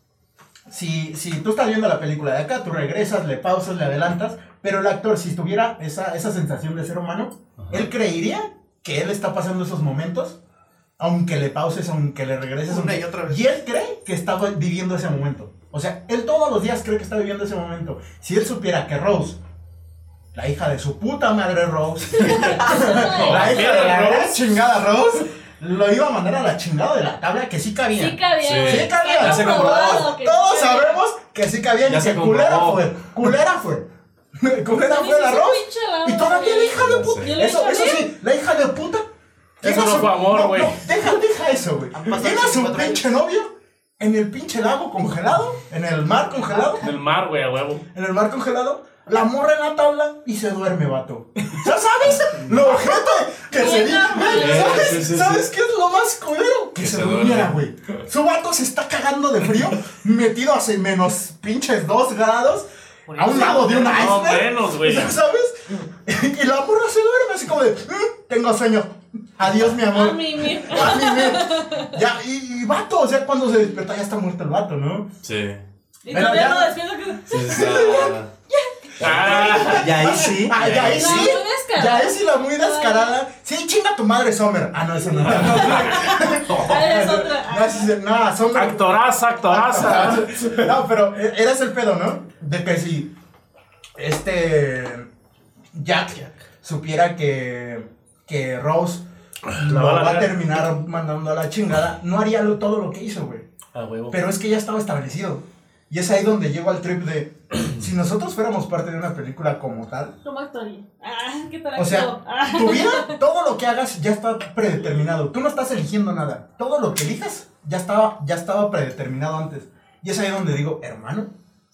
Si, si tú estás viendo la película de acá, tú regresas, le pausas, le adelantas, pero el actor, si tuviera esa, esa sensación de ser humano, Ajá. él creería que él está pasando esos momentos, aunque le pauses, aunque le regreses. Una aunque- y otra vez. y él cree que está viviendo ese momento. O sea, él todos los días cree que está viviendo ese momento. Si él supiera que Rose, la hija de su puta madre Rose, la hija de la gran chingada Rose, lo iba a mandar a la chingada de la tabla, que sí cabía. Sí cabía. Sí. güey. Sí cabía. Está Ya se comprobado comprobó. que Todos sí cabía. sabemos que sí cabía Ya y se que culera comprobó. fue. Culera fue. Culera Pero fue sí la se Rose. pinche lado, Y todavía la güey. hija de puta. Yo le Eso, dije eso bien. sí, la hija de puta. Eso tiene no a su- fue amor, güey. No, no, deja, deja eso, güey. Han pasado Tiene a su veinticuatro pinche novio en el pinche lago congelado, en el mar congelado, Del mar, güey, a huevo. en el mar congelado. La morra en la tabla y se duerme, vato. ¿Ya sabes? Lo ojete que Bien sería. normal. ¿Sabes, Sí, sí, sí, ¿sabes sí. qué es lo más culero? Que Que se, se durmiera, duerme. güey. Su vato se está cagando de frío, metido hace menos pinches dos grados, a un lado de un No iceberg. menos, güey. ¿Ya sabes? Y la morra se duerme así como de, "Mm, tengo sueño. Adiós, mi amor. A mí, mi. A mí, me- Ya, y, y vato, o sea, cuando se despierta ya está muerto el vato, ¿no? Sí. Y Pero todavía ya- no despierto que. Sí, sí, está- Ah, Y ahí sí. Ah, ya ahí La sí. muy descarada. Ya ahí sí la muy descarada. Sí, chinga tu madre, Summer. Ah, no, eso no. Ah, es otra. No, sí, sí, no, Summer. actoraza, actoraza. No, pero e- eras el pedo, ¿no? De que si este Jack supiera que, que Rose La lo va a va a largar. terminar mandando a la chingada, no haría lo- todo lo que hizo, güey. A huevo. Pero es que ya estaba establecido. Y es ahí donde llego al trip de, si nosotros fuéramos parte de una película como tal, ¿Cómo actuaría? Ah, ¿qué tal o sea, actuó? Ah. tu vida, todo lo que hagas ya está predeterminado. Tú no estás eligiendo nada. Todo lo que elijas ya estaba, ya estaba predeterminado antes. Y es ahí donde digo, hermano,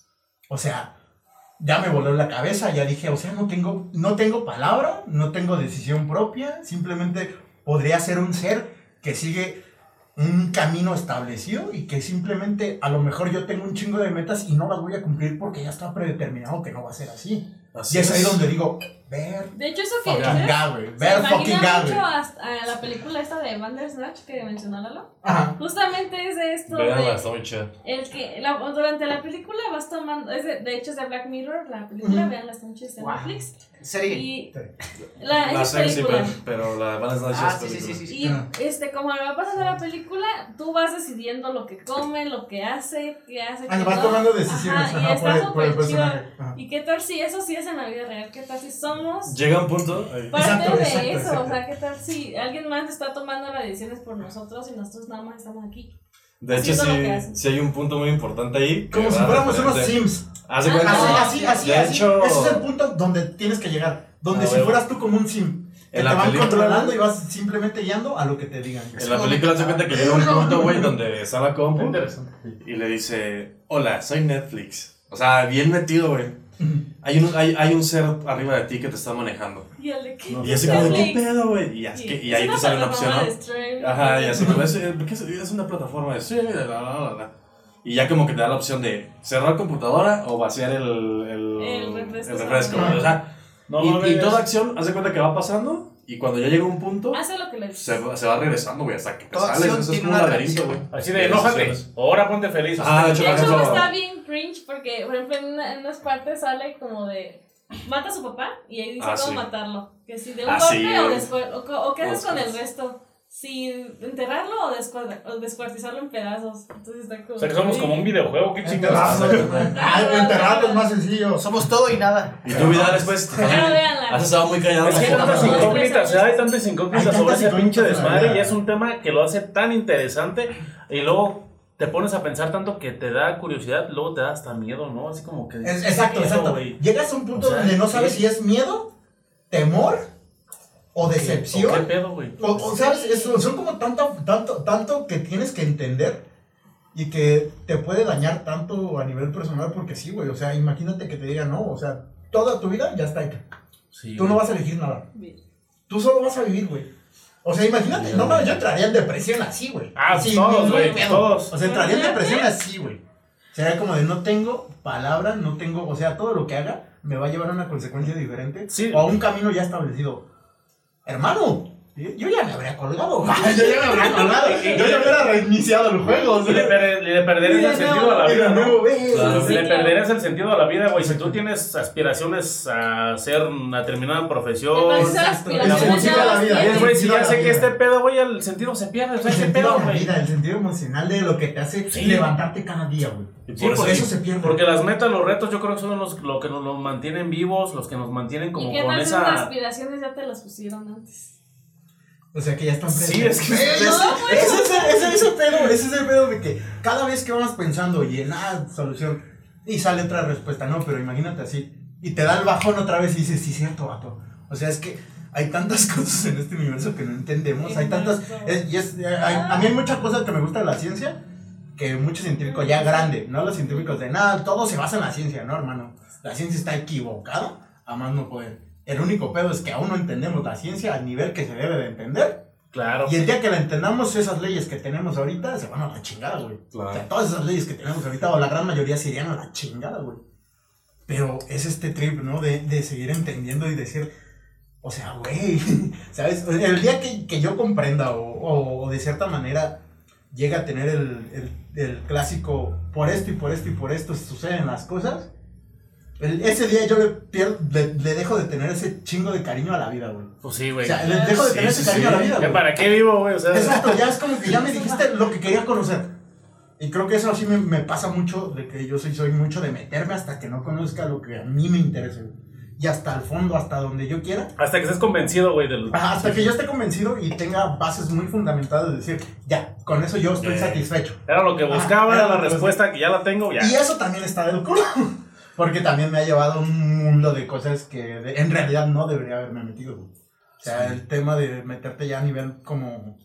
o sea, ya me voló la cabeza, ya dije, o sea, no tengo, no tengo palabra, no tengo decisión propia, simplemente podría ser un ser que sigue un camino establecido y que simplemente a lo mejor yo tengo un chingo de metas y no las voy a cumplir porque ya está predeterminado que no va a ser así. Así Y es ahí es. donde digo, ver De hecho, eso que fucking dices. God, güey. Se Ver fucking imagina God, mucho güey. hasta a la película esta de Bandersnatch que mencionó Lalo. Ajá. Justamente es de esto. Veanla, de está muy chida. el que la- durante la película vas tomando. Es de, de hecho, es de Black Mirror, la película. Ujú. Veanla, está muy chida, está en Wow. Netflix. Serie. Y Sí. la, La es serie sí, película. pero, pero la van a estar Ah, sí, sí, sí, sí. sí. Y Ah. este, como va pasando la película, tú vas decidiendo lo que come, lo que hace, qué hace. Ah, qué vas no. tomando decisiones, Ajá, ajá, y está por el- por el súper chido. personaje, ajá. ¿Y qué tal si eso sí es en la vida real? ¿Qué tal si somos Llega un punto. ay, parte Exacto, de exacto, eso? exacto. O sea, ¿qué tal si alguien más está tomando las decisiones por nosotros y nosotros nada más estamos aquí? De hecho, haciendo lo que sí, hacen. sí hay un punto muy importante ahí. que Como si va fuéramos unos referente- Sims. Haz de Ah, cuenta. Así, no. así, así, De así. hecho- Ese es el punto donde tienes que llegar. Donde Ah, si huevo. fueras tú como un Sim. Que En te la van película- controlando y vas simplemente guiando a lo que te digan. En la película se cuenta que llega un punto, güey, donde está la compu Interesante. y le dice: Hola, soy Netflix. O sea, bien metido, güey. Hay un, hay, hay un ser arriba de ti que te está manejando. ¿Y el de qué? Y así como, ¿qué Netflix. pedo, güey? Y, así que- y Es ahí una te sale una opción, plataforma ¿no? de streaming. Ajá, y así como, es, ¿qué es, es una plataforma de streaming, la, la, la, la. Y ya como que te da la opción de cerrar computadora o vaciar el, el, El refresco. el refresco, Ajá. o sea, No, y, mames. y toda acción, haz de cuenta que va pasando y cuando ya llega un punto, Hace lo que le se, va- se va regresando, güey, hasta que te Toda sales. acción Eso es tiene como un una laberinto, reacción. güey. Así de, enójate. decisiones. Ahora ponte feliz. Ah, de hecho, De por hecho, ejemplo- está bien cringe porque, por ejemplo, en, una- en unas partes sale como de mata a su papá y ahí dice Ah, cómo sí. matarlo. Que si de un Ah, golpe sí, o, güey. descuar- o, co- o qué haces Pues, con el pues. resto. Si enterrarlo o, descuar- o descuartizarlo en pedazos. Entonces está como. O sea que somos como un videojuego, qué Enterrarlo. chingados. Ah, enterrarlo es más sencillo. Somos todo y nada. Y tú, Vidal, después, Pero véanla. has estado muy callado. Es que hay ¿no? tantas incógnitas, ¿eh? hay tantas incógnitas Hay sobre tantas ese pinche incógnitas en la desmadre vida. y es un tema que lo hace tan interesante y luego te pones a pensar tanto que te da curiosidad, luego te da hasta miedo, ¿no? Así como que... Es- exacto, ¿qué es eso, exacto. güey? Llegas a un punto O sea, donde no sabes ¿qué? si es miedo, temor o ¿Qué- decepción. o ¿Qué pedo, güey? O, o, sabes, es- son como tanto, tanto, tanto que tienes que entender. y que te puede dañar tanto a nivel personal porque sí, güey, o sea, imagínate que te digan, no, o sea, toda tu vida ya está hecha. Sí, Tú no vas a elegir nada. Tú solo vas a vivir, güey. O sea, imagínate, no mames, yo entraría en depresión así, güey. Ah, sí, todos, güey, todos. O sea, entraría en depresión así, güey. Sería como de no tengo palabra, no tengo, o sea, todo lo que haga me va a llevar a una consecuencia diferente Sí. o a un camino ya establecido. Hermano, yo ya me habría colgado. Yo ya me habría colgado. Yo ya hubiera reiniciado el juego. Y le, per- le perderías el sentido a la vida, ¿no? Claro. Le perderías el sentido a la vida, güey. Si tú tienes aspiraciones a hacer una determinada profesión. Entonces, Exacto, aspiraciones el sentido ya de la las vida, tienes. el Güey, si sentido ya de sé la que vida. este pedo, güey, el sentido se pierde. O sea, El ese sentido pedo, de la güey. vida, el sentido emocional de lo que te hace Sí. levantarte cada día, güey. Y Sí, por Por eso, eso se pierde. Porque las metas, los retos, yo creo que son los, lo que nos, nos mantienen vivos, los que nos mantienen como ¿Y qué con tal si las esa. aspiraciones ya te las pusieron antes? O sea que ya están Sí, es que- Ese es el- ese es el pedo, ese es el pedo de que cada vez que vamos pensando y en ah, solución y sale otra respuesta, no, pero imagínate así y te da el bajón otra vez y dices, sí, cierto, vato. O sea, es que hay tantas cosas en este universo que no entendemos, hay tantas, es- y es, hay- a mí hay muchas cosas que me gusta de la ciencia que muchos científicos ya grande, no los científicos de nada, todo se basa en la ciencia, no, hermano. La ciencia está equivocada, a más no poder. El único pedo es que aún no entendemos la ciencia al nivel que se debe de entender. Claro. Y el día que la entendamos, esas leyes que tenemos ahorita se van a la chingada, güey. Claro. O sea, todas esas leyes que tenemos ahorita, o la gran mayoría, se irían a la chingada, güey. Pero es este trip, ¿no? De, de seguir entendiendo y decir, o sea, güey, ¿sabes? El día que, que yo comprenda o, o, o de cierta manera llega a tener el, el, el clásico, por esto y por esto y por esto suceden las cosas, el, ese día yo le, pierdo, le, le dejo de tener ese chingo de cariño a la vida, güey. Pues sí, O güey. sea, le dejo de Sí, tener sí, ese cariño sí. a la vida, ¿Ya güey. ¿Para qué vivo, güey? O sea, Exacto, ya es como que ya me dijiste lo que quería conocer. Y creo que eso sí me, me pasa mucho, de que yo soy, soy mucho de meterme hasta que no conozca lo que a mí me interesa, güey. Y hasta el fondo, hasta donde yo quiera. hasta que estés convencido, güey, del. Ajá, hasta que yo esté convencido y tenga bases muy fundamentadas de decir, ya, con eso yo estoy Yeah. satisfecho. Era lo que buscaba, Ajá, era la era lo que respuesta que ya la tengo, ya. Y eso también está del culo. Porque también me ha llevado a un mundo de cosas que de- en realidad no debería haberme metido, güey. O sea, el tema de meterte ya a nivel como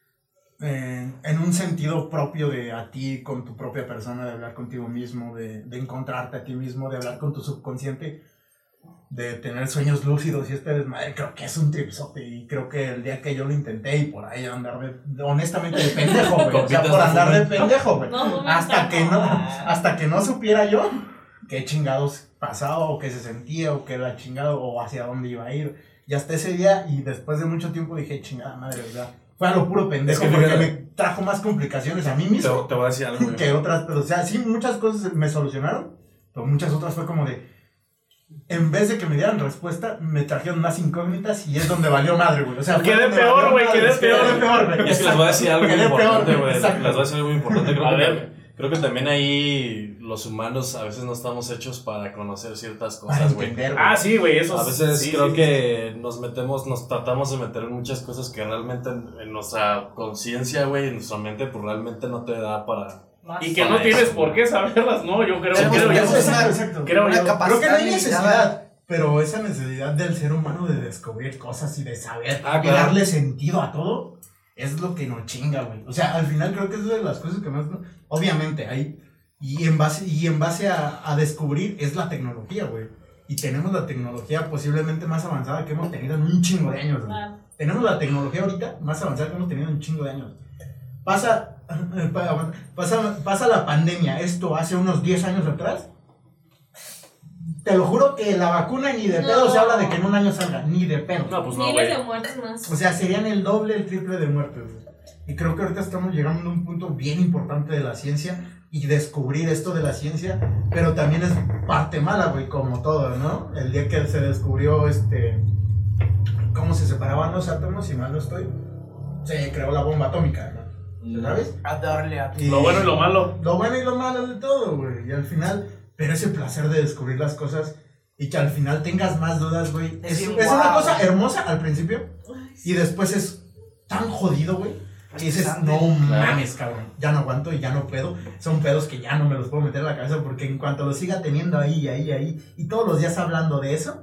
eh, en un sentido propio de a ti, con tu propia persona, de hablar contigo mismo, de, de encontrarte a ti mismo, de hablar con tu subconsciente, de tener sueños lúcidos y este desmadre, creo que es un tripsote. Y creo que el día que yo lo intenté y por ahí andar de, honestamente de pendejo, güey. O sea, por andar de pendejo, güey. No, no me Hasta encanta. que no, hasta que no supiera yo qué chingados pasaba o qué se sentía o qué era chingado o hacia dónde iba a ir. Y hasta ese día y después de mucho tiempo dije, chingada madre, ¿verdad? Fue a lo puro pendejo Es que porque fíjate- me trajo más complicaciones a mí Te, mismo te voy a decir algo, güey. que otras, pero o sea, sí, muchas cosas me solucionaron, pero muchas otras fue como de, en vez de que me dieran respuesta, me trajeron más incógnitas y es donde valió madre, güey. O sea, fue Quedé donde peor, valió güey, madre, quedé peor. Quedé peor, güey. Y es que les voy a decir algo muy Quedé peor, importante, güey. Les exacto. voy a decir algo muy importante. Creo A que, ver. creo que también ahí los humanos a veces no estamos hechos para conocer ciertas Para cosas, güey. entender, güey. Ah, sí, güey, eso A veces sí, creo sí. que nos metemos, nos tratamos de meter en muchas cosas que realmente en, en nuestra conciencia, güey, en nuestra mente, pues realmente no te da para... Y que no tienes por qué saberlas, ¿no? Yo creo, Sí, creo sí, yo. sí, Exacto, exacto. Creo Una yo. capacidad Creo que no hay limitada. necesidad, pero esa necesidad del ser humano de descubrir cosas y de saber Ah, y claro. darle sentido a todo es lo que nos chinga, güey. O sea, al final creo que es de las cosas que más... Obviamente, hay... Y en base, y en base a, a descubrir es la tecnología, güey. Y tenemos la tecnología posiblemente más avanzada que hemos tenido en un chingo de años, güey. Claro. Tenemos la tecnología ahorita más avanzada que hemos tenido en un chingo de años. Pasa, pasa, pasa la pandemia, esto hace unos diez años atrás. Te lo juro que la vacuna ni de No. pedo se habla de que en un año salga, ni de pedo. No, pues no, Miles güey. de muertes más. O sea, serían el doble, el triple de muertes, güey. Y creo que ahorita estamos llegando a un punto bien importante de la ciencia y descubrir esto de la ciencia, pero también es parte mala, güey, como todo, ¿no? El día que se descubrió, este, cómo se separaban los átomos, si mal no estoy, se creó la bomba atómica, ¿no? ¿Sabes? A darle a Y- Lo bueno y lo malo. Lo bueno y lo malo de todo, güey. Y al final, pero ese placer de descubrir las cosas y que al final tengas más dudas, güey. Es Es, bien es una guau. cosa hermosa al principio y después es tan jodido, güey. Que dices, Estresante. no mames, cabrón. Ya no aguanto y ya no puedo. Son pedos que ya no me los puedo meter en la cabeza porque en cuanto los siga teniendo ahí, ahí, ahí y todos los días hablando de eso,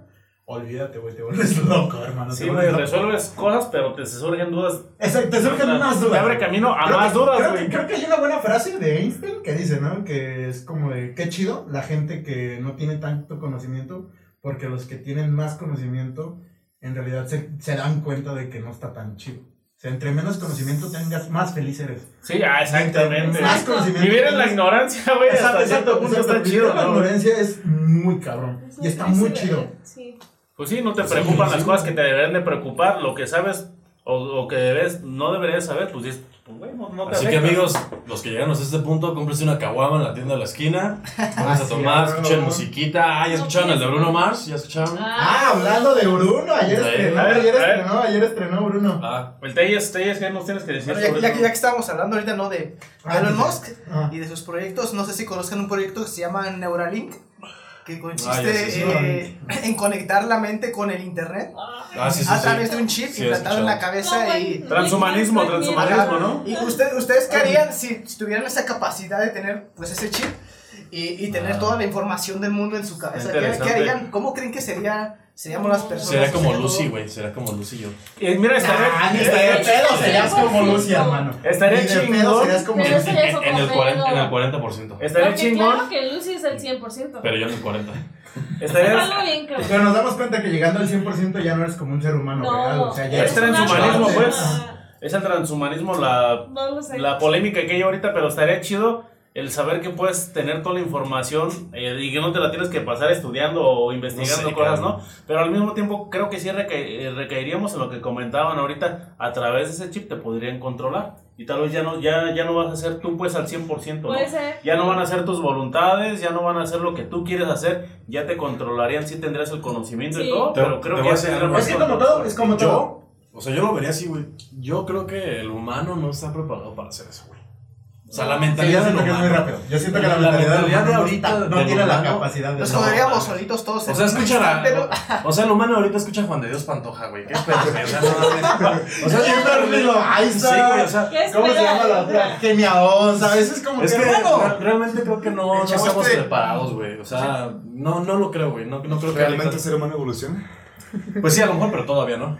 olvídate, güey, te vuelves loco, hermano. Sí, te güey, vuelves loco. resuelves cosas, pero te surgen dudas. Exacto, te surgen más Te dudas. abre camino a Creo más que- dudas, creo güey. que, creo que hay una buena frase de Einstein que dice, ¿no? Que es como de, qué chido la gente que no tiene tanto conocimiento, porque los que tienen más conocimiento, en realidad se, se dan cuenta de que no está tan chido. O sea, entre menos conocimiento tengas, más feliz eres. Sí, ah, exactamente. Más conocimiento. Vivir en la tengas- ignorancia, güey, Exacto, hasta cierto exacto, punto exacto. está Vivir chido, en la ¿no, güey? ignorancia es muy cabrón. Es Y está triste, muy güey. chido. Sí. Pues sí, no te Sí, preocupan sí, las sí. cosas que te deberían de preocupar, lo que sabes o, o que debes, no deberías saber, pues dices, pues güey, no, no te Así que afecta. amigos, los que llegan a este punto, cómprense una caguama en la tienda de la esquina. Vamos a Ah, sí, tomar, bro. escuchen musiquita. Ah, ¿ya escucharon el de Bruno Mars? ¿Ya escucharon? Ah, hablando de Bruno, ayer Sí. estrenó, A ver, ayer a ver. estrenó, ayer estrenó Bruno. Ah, El Telles, Telles, ¿qué nos tienes que decir Bueno, ya, sobre ya, eso? que- ya que estábamos hablando ahorita, ¿no? De Ah, Elon sí. Musk Ah. y de sus proyectos, no sé si conozcan un proyecto que se llama Neuralink, que consiste Ah, ya, sí, sí. eh, en conectar la mente con el internet ah sí, sí, a sí. través de un chip Sí, he implantado en la escuchado. cabeza y... Transhumanismo, transhumanismo, ¿no? Y usted, ¿ustedes qué harían si, si tuvieran esa capacidad de tener pues ese chip y, y tener Ah. toda la información del mundo en su cabeza? ¿Qué, Interesante. qué harían? ¿Cómo creen que sería, seríamos las personas? Será como Sería Lucy, todo- güey. Será como Lucy y yo. Eh, mira, estaría, Ah, ni estaría, de pedo serías como Lucy, hermano. Estaría Ni de pedo chingón. serías como Pero Lucy. ese ya es En el otro cuarenta, pedo. en el cuarenta por ciento. estaría Porque chingón. claro que Lucy es el cien por ciento. Pero yo en el cuarenta. Es Estaría, algo bien cabrón. Pero nos damos cuenta que llegando al cien por ciento ya no eres como un ser humano No, real. O sea, ya es eres una transhumanismo, cosa- pues. es el transhumanismo la, No lo sé. la polémica que hay ahorita, pero estaría chido el saber que puedes tener toda la información eh, y que no te la tienes que pasar estudiando o investigando No sé, cosas, cabrón. ¿no? Pero al mismo tiempo creo que sí reca- eh, recaeríamos en lo que comentaban ahorita, a través de ese chip te podrían controlar y tal vez ya no, ya, ya no vas a ser tú pues al cien por ciento, ¿no? Puede ser. Ya no van a ser tus voluntades, ya no van a hacer lo que tú quieres hacer, ya te controlarían, sí tendrías el conocimiento y Sí. todo, Te- pero creo te que voy a ya decir tendrías algo. más Es que como control. todo, es como todo. Yo, o sea, yo lo vería así, güey. Yo creo que el humano no está preparado para hacer eso, güey. O sea, la Sí, mentalidad yo del siento que es muy humano. rápido. Yo siento que la, La mentalidad, del mentalidad de humano ahorita no, del tiene la humano, capacidad de Nos No, joderíamos man. solitos todos. O en sea, un escucha instante, la, ¿no? o sea, el humano ahorita escucha a Juan de Dios Pantoja, güey. ¿Qué pedo, güey? O sea, no mames. O sea, Sí, Berlilo, ahí sí, está. güey, o sea, ¿Qué ¿Cómo se espera? llama la otra? Genia Osa. A veces como es que que bueno. re- realmente creo que no, no El chavo estamos este- preparados, güey. O sea, no, no lo creo, güey. No, no creo que ¿Realmente el ahorita- ser humano evoluciona? Pues sí, a lo mejor, pero todavía no.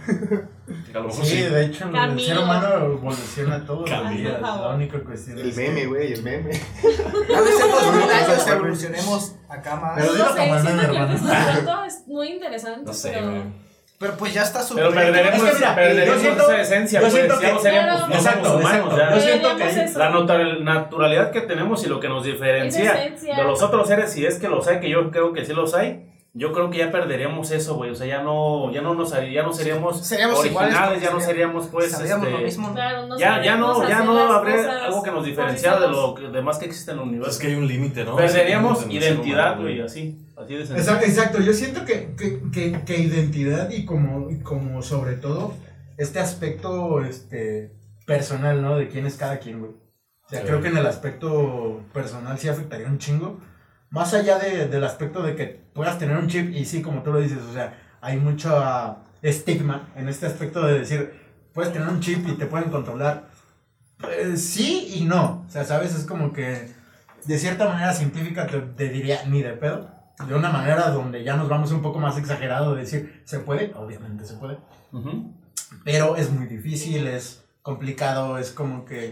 A lo mejor Sí, sí. de hecho, el Camilo. ser humano evoluciona todo. Camilo. Es la única cuestión. El es que- meme, güey, el meme. Tal vez en dos mil años evolucionemos acá más. Pero No dilo sé, como el siento meme, que hermano. este asunto es muy interesante. No sé, pero... güey. Pero pues ya está súper. Pero perderemos, Es que mira, perderemos yo siento- esa esencia, yo pues, siento ya que- no seríamos, Claro. no Exacto, somos humanos, exacto. ya. Yo siento que Deberíamos ahí- eso. La natural- naturalidad que tenemos y lo que nos diferencia Esa esencia. de los otros seres, si es que los hay, que yo creo que sí los hay, yo creo que ya perderíamos eso, güey. O sea, ya no, ya no nos haría- ya no seríamos, Seríamos iguales, originales, ya no seríamos- seríamos pues Sabíamos este, lo mismo. Claro, no ya, ya no, sabemos ya hacer no las habría cosas algo que nos por diferenciara de sí lo que- demás que existe en el Pues universo. es que hay un límite, ¿no? Perderíamos Hay un límite en el ser identidad, humano, güey, así, así de sencillo. Exacto, exacto. Yo siento que, que, que, que identidad y como, y como sobre todo este aspecto este, personal, ¿no? De quién es cada quien, güey. O sea, Sí. creo que en el aspecto personal sí afectaría un chingo. Más allá de, del aspecto de que puedas tener un chip y sí, como tú lo dices, o sea, hay mucho ah, estigma en este aspecto de decir, puedes tener un chip y te pueden controlar. Pues, sí y no. O sea, ¿sabes? Es como que de cierta manera científica te, te diría ni de pedo. De una manera donde ya nos vamos un poco más exagerado de decir, ¿se puede? Obviamente se puede. Ujú. Pero es muy difícil, es complicado, es como que...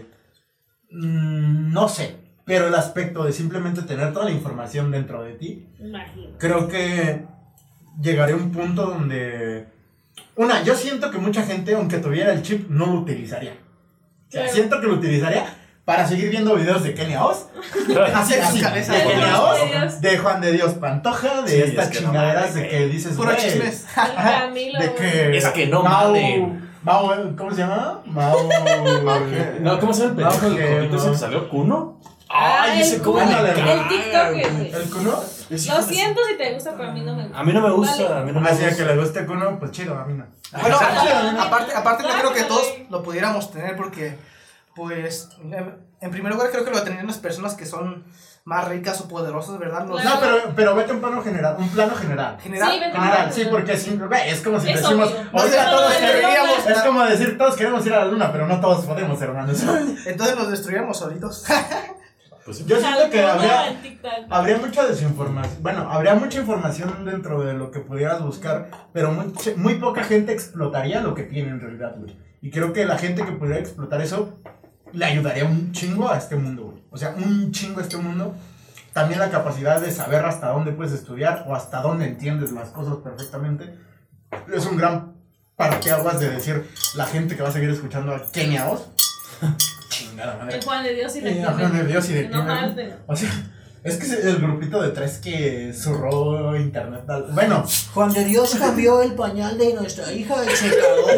mmm, no sé. Pero el aspecto de simplemente tener toda la información dentro de ti, Imagino. creo que llegaré a un punto donde... Una, yo siento que mucha gente, aunque tuviera el chip, no lo utilizaría. O sea, Claro. siento que lo utilizaría para seguir viendo videos de Kenia Oz. Así, En su así, cabeza. de De Kenia Juan Oz, de Dios. de Juan de Dios Pantoja, de Sí, estas es que no chingaderas mames, de güey. que dices, Puro güey, chismes. El Camilo. de que... Es que no Mau- mamen. Mau, ¿cómo se llama? Mau... No, ¿cómo se llama el pendejo No, del que codito ese no. que salió? ¿Cuno? Ay, Ay, ese el cómo me Kuno. caga, El TikTok, güey. güey. ¿El Kuno? Lo siento si te gusta, pero a mí no me gusta. A mí no me gusta, Vale. a mí no me Así gusta. que le guste Kuno, pues chido, a mí no. Bueno, Ah, aparte, aparte yo claro creo que que todos sí. lo pudiéramos tener porque, pues, en, en primer lugar creo que lo tendrían las personas que son más ricas o poderosas, ¿verdad? Los Claro. No, pero, pero vete a un plano general, un plano general. general. Sí, vete. General, sí, porque si, güey, es como si Es decimos, obvio. ahorita No, todos no, no, queríamos, no, no. es como decir, todos queremos ir a la luna, pero no todos podemos, hermanos. Entonces nos destruiríamos solitos. Pues sí. Yo siento que habría, En TikTok. habría mucha desinformación. Bueno, habría mucha información dentro de lo que pudieras buscar, pero muy, muy poca gente explotaría lo que tiene en realidad, güey. Y creo que la gente que pudiera explotar eso le ayudaría un chingo a este mundo, güey. O sea, un chingo a este mundo. También la capacidad de saber hasta dónde puedes estudiar o hasta dónde entiendes las cosas perfectamente. Es un gran parteaguas de decir la gente que va a seguir escuchando a Kenia Oz. Chingada madre. El Juan de Dios y de Eh, Juan de Dios y de Que no Kenia. falte. O sea, es que es el grupito de tres que zurró internet. Bueno, Juan de Dios cambió el pañal de nuestra hija y se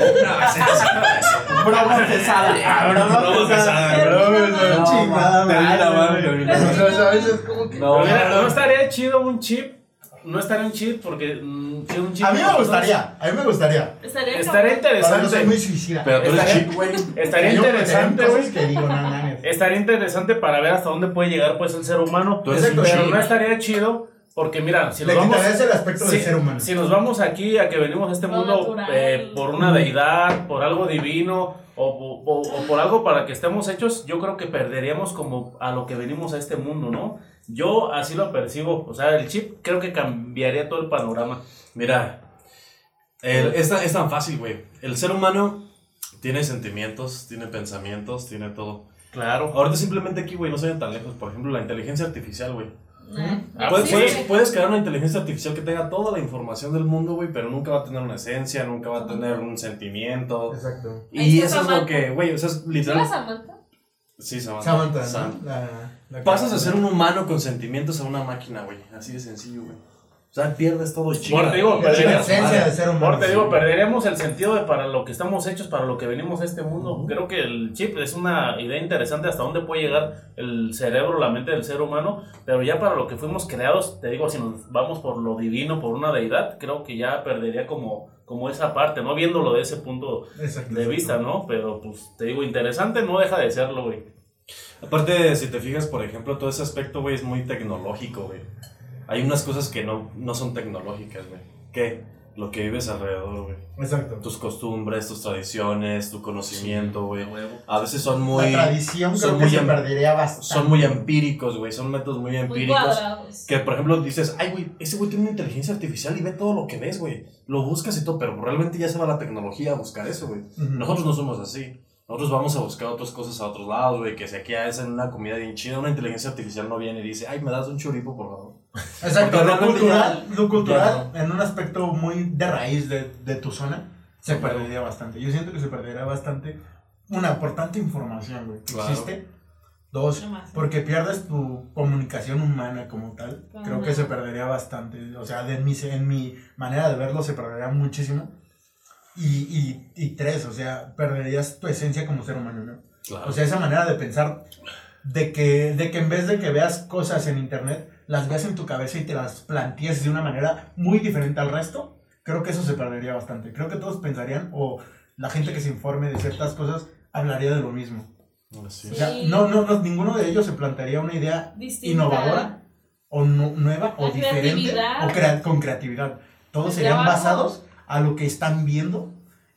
cagó. broma pesada. Broma pesada, Broma No, pesada. no, Chingada te vi la mano, madre, te vi güey. la mano. O sea, ¿sabes? Es como que. No, Pero mira, no, no estaría chido un chip. No estaría un chip porque mm, si un chip. A mí me gustaría. A mí me gustaría. Estaría Estaría cabrón. Ahora yo soy interesante. muy suicida. Pero tú eres Estaría- chip, güey. Estaría yo me interesante, metería en güey. cosas que digo, no mames. Estaría interesante para ver hasta dónde puede llegar pues el ser humano. Tú eres Exacto, un Pero chip. no estaría chido porque mira, si Le nos vamos, quitarías el aspecto si, del ser humano. si nos vamos aquí a que venimos a este Lo mundo natural. eh, por una deidad, por algo divino o, o- o por algo para que estemos hechos, yo creo que perderíamos como a lo que venimos a este mundo, ¿no? Yo así lo percibo, o sea, el chip creo que cambiaría todo el panorama. Mira, el- es, tan- es tan fácil, güey. El ser humano tiene sentimientos, tiene pensamientos, tiene todo. Claro. Ahorita simplemente aquí, güey, no se vayan tan lejos. Por ejemplo, la inteligencia artificial, güey. Eh, Puedes, existe. puedes, puedes crear una inteligencia artificial que tenga toda la información del mundo, güey, pero nunca va a tener una esencia, nunca va a tener un sentimiento. Exacto. Y Ahí está eso es lo Samantha. que, güey, o sea, es ¿Sí la literal. Samantha? Sí, Samantha. Samantha, Sam. ¿no? La, la Pasas de ser un humano con sentimientos a una máquina, güey. Así de sencillo, güey. O sea, pierdes todo y Por te digo, Es la perderíamos, esencia del ser humano. por te digo, perderíamos el sentido de para lo que estamos hechos, para lo que venimos a este mundo. Creo que el chip es una idea interesante hasta dónde puede llegar el cerebro, la mente del ser humano, pero ya para lo que fuimos creados, te digo, si nos vamos por lo divino, por una deidad, creo que ya perdería como, como esa parte, ¿no? Viéndolo de ese punto Exacto, de exacto. vista, ¿no? Pero pues te digo, interesante no deja de serlo, güey. Aparte, si te fijas, por ejemplo, todo ese aspecto, güey, es muy tecnológico, güey. Hay unas cosas que no, no son tecnológicas, güey. ¿Qué? Lo que vives alrededor, güey. Exacto. Tus costumbres, tus tradiciones, tu conocimiento, güey. A veces son muy... La tradición son creo que muy se em- perdería bastante. Son muy empíricos, güey. Son métodos muy Muy empíricos. cuadrados. Que, por ejemplo, dices, ay, güey, ese güey tiene una inteligencia artificial y ve todo lo que ves, güey. Lo buscas y todo, pero realmente ya se va la tecnología a buscar eso, güey. Ujú. Nosotros no somos así. Nosotros vamos a buscar otras cosas a otros lados, güey. Que si aquí hacen una comida bien chida, una inteligencia artificial no viene y dice, ay, me das un choripo, por favor. Exacto, Porque lo realmente cultural, ya- lo cultural ya en un aspecto muy de raíz de, de tu zona, se perdería bastante. Yo siento que se perdería bastante. Una, por tanta información, güey, que Claro. existe. Dos, Demasiado. porque pierdes tu comunicación humana como tal. Ajá. Creo que se perdería bastante. O sea, de mi, en mi manera de verlo se perdería muchísimo. Y, y, y tres, o sea, perderías tu esencia como ser humano, ¿no? Claro. O sea, esa manera de pensar de que, de que en vez de que veas cosas en internet, las veas en tu cabeza y te las plantees de una manera muy diferente al resto, creo que eso se perdería bastante. Creo que todos pensarían, o la gente que se informe de ciertas cosas, hablaría de lo mismo. Así O es. sea, Sí. no, no, no, ninguno de ellos se plantearía una idea Distinta. innovadora, o nu- nueva, o La diferente, creatividad. o crea- con creatividad. Todos El serían trabajo. basados a lo que están viendo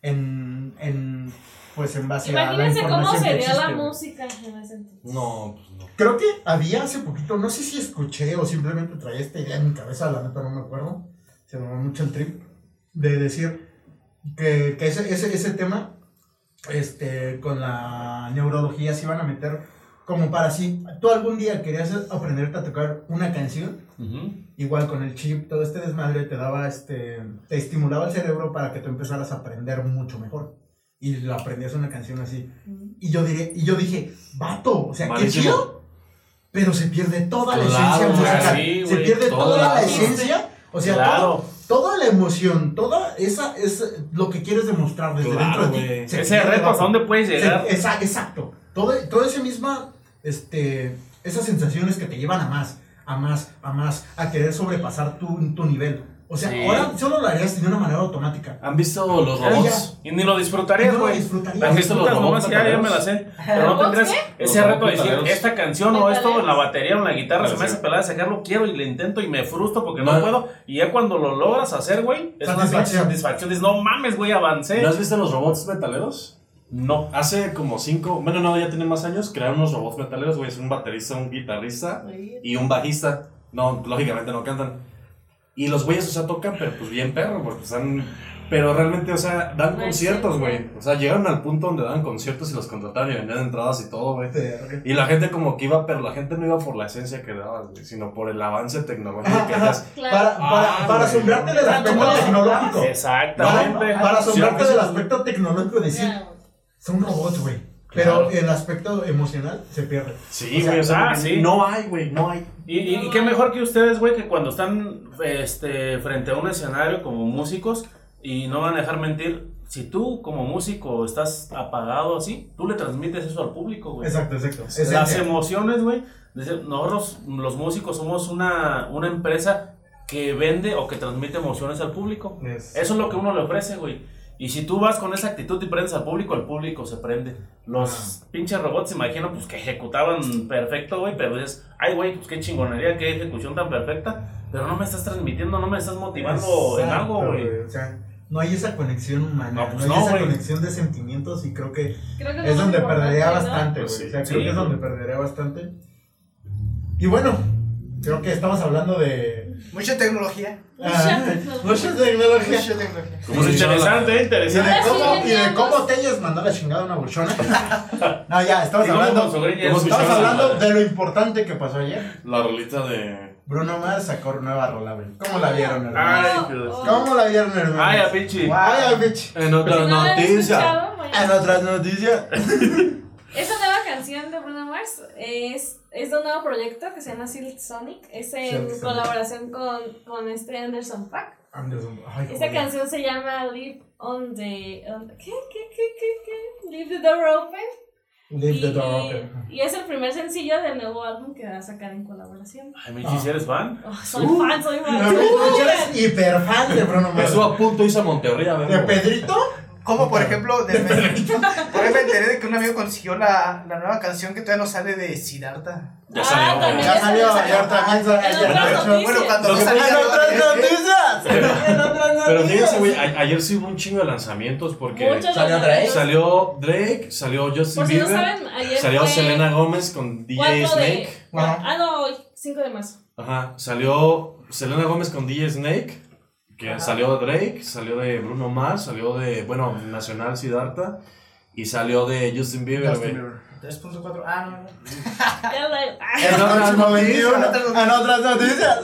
en, en pues en base a la Imagínense cómo información que sería la existe, güey. música en ese entonces. No, pues no. Creo que había hace poquito, no sé si escuché o simplemente traía esta idea en mi cabeza, la neta no me acuerdo, se me va mucho el trip, de decir que, que ese, ese, ese tema, este, con la neurología se iban a meter como para si tú algún día querías aprenderte a tocar una canción, Ujú. igual con el chip, todo este desmadre te daba, este, te estimulaba el cerebro para que tú empezaras a aprender mucho mejor. Y lo aprendías una canción así. Y yo, diré, y yo dije, vato, o sea, qué Malísimo. chido, pero se pierde toda la Claro, esencia o sea, musical. sí, se güey, pierde toda toda la- la esencia, o sea, Claro. todo- toda la emoción, toda esa es lo que quieres demostrar desde Claro, dentro de ti. güey. se Ese pierde, reto, vato. ¿hasta dónde puedes Se- llegar? esa- exacto. Todo, todo ese misma, este, esas sensaciones que te llevan a más, a más, a más, a querer sobrepasar tu, tu nivel. O sea, Sí. ahora solo lo harías de una manera automática. ¿Han visto los Pero robots? Y ni lo disfrutarías, No lo güey. disfrutarías. Las ¿Has visto los disfrutas nomás, robots ya, ya me metaleros? la sé. Pero no ¿Robots tendrías qué? ese Los reto de decir, metaleros. esta canción o esto en la batería o en la guitarra se me Parece. hace pelada de sacarlo, quiero y le intento y me frustro porque no, No. puedo. Y ya cuando lo logras hacer, güey, es una Satisfacción. satisfacción. Dices, no mames, güey, avancé. ¿No has visto los robots metaleros? No, hace como cinco, bueno, no, ya tiene más años, crearon unos robots metaleros, güey, es un baterista, un guitarrista y un bajista. No, lógicamente no cantan. Y los güeyes, o sea, tocan, pero pues bien perro, pues están... Pero realmente, o sea, dan No conciertos, güey. O sea, llegaron al punto donde dan conciertos y los contrataron y vendían entradas y todo, güey. Y la gente como que iba, pero la gente no iba por la esencia que dabas, güey, sino por el avance tecnológico que das. Claro. Para, para, Ah, para güey. asombrarte del aspecto tecnológico. Exactamente. Para, para asombrarte Sí, del sí. aspecto tecnológico, decir, Claro. son robots, güey. Claro. Pero el aspecto emocional se pierde. Sí, güey, o sea, ah, porque sí. no hay, güey, no hay. Y, y, y qué mejor que ustedes, güey, que cuando están este, frente a un escenario como músicos, y no van a dejar mentir, si tú como músico estás apagado así, tú le transmites eso al público, güey. Exacto, exacto. Las Esencia. emociones, güey, dice, nosotros los músicos somos una, una empresa que vende o que transmite emociones al público. Yes. Eso es lo que uno le ofrece, güey. Y si tú vas con esa actitud y prendes al público, el público se prende. Los pinches robots, imagino, pues que ejecutaban perfecto, güey, pero dices, ay, güey, pues qué chingonería, qué ejecución tan perfecta, pero no me estás transmitiendo, no me estás motivando en algo, güey. O sea, no hay esa conexión humana, No, no, pues hay no, esa güey. conexión de sentimientos y creo que Creo que lo es más donde importante, perdería ¿no? bastante, güey. Pues sí, o sea, sí, creo que es güey. donde perdería bastante. Y bueno, creo que estamos hablando de... Mucha tecnología. Ah, Mucha- mucha tecnología. Mucha tecnología. Como se Interesante, Y de interesante. Ahora sí cómo, y de veníamos. cómo Telles mandó la chingada a una buchona. No, ya, estamos Y cómo hablando, con su greña hemos es- estamos escuchado- hablando de lo importante que pasó ayer. La rolita de... Bruno Mars sacó nueva rola, güey. ¿Cómo la vieron, hermano? Ay, No, Dios. oh. ¿Cómo la vieron, hermano? Ay, a pinche. Ay, bitch. En otras Si no lo han noticias. escuchado, vayan. En otras noticias. Esa nueva canción de Bruno Mars es, es de un nuevo proyecto que se llama Silk Sonic. Es en Silk Sonic. colaboración con, con este Anderson .Paak. Anderson, ay, Esta joder. canción se llama Live on the... on the- ¿Qué? ¿Qué? ¿Qué? ¿Qué? ¿Qué? Leave the Door Open. Leave the Y- door open. Y es el primer sencillo del nuevo álbum que va a sacar en colaboración. Ay, Michi, ¿si eres fan? Oh, soy fan, soy fan. Pero tú eres hiper fan de Bruno Mars. Estuvo a punto de irse a Monterrey a ¿De verlo. Pedrito? Como por ejemplo, de, por ahí me enteré de que un amigo consiguió la, la nueva canción que todavía no sale de Siddhartha. Ya Ah, salió, güey. también Ya salió, ya también salió. En otras noticias. Bueno, cuando Lo no que salía En yo- otras eh, eh, noticias. En otras noticias. Pero fíjense, güey, a- ayer sí hubo un chingo de lanzamientos porque Muchos ¿Salió lanzamientos. Drake? salió Drake, salió Justin Por si no Bieber, saben, ayer salió fue Selena Gómez con D J cuatro de- Snake. Ajá. Ah, no, hoy, cinco de marzo. Ajá, salió Selena Gómez con D J Snake, que Ajá. salió de Drake, salió de Bruno Mars, salió de, bueno, Nacional Siddhartha y salió de Justin Bieber, Justin güey. Bieber. tres punto cuatro. Ah, no, no. Ya la- En ah, otras próximo noticias. video. En otras noticias.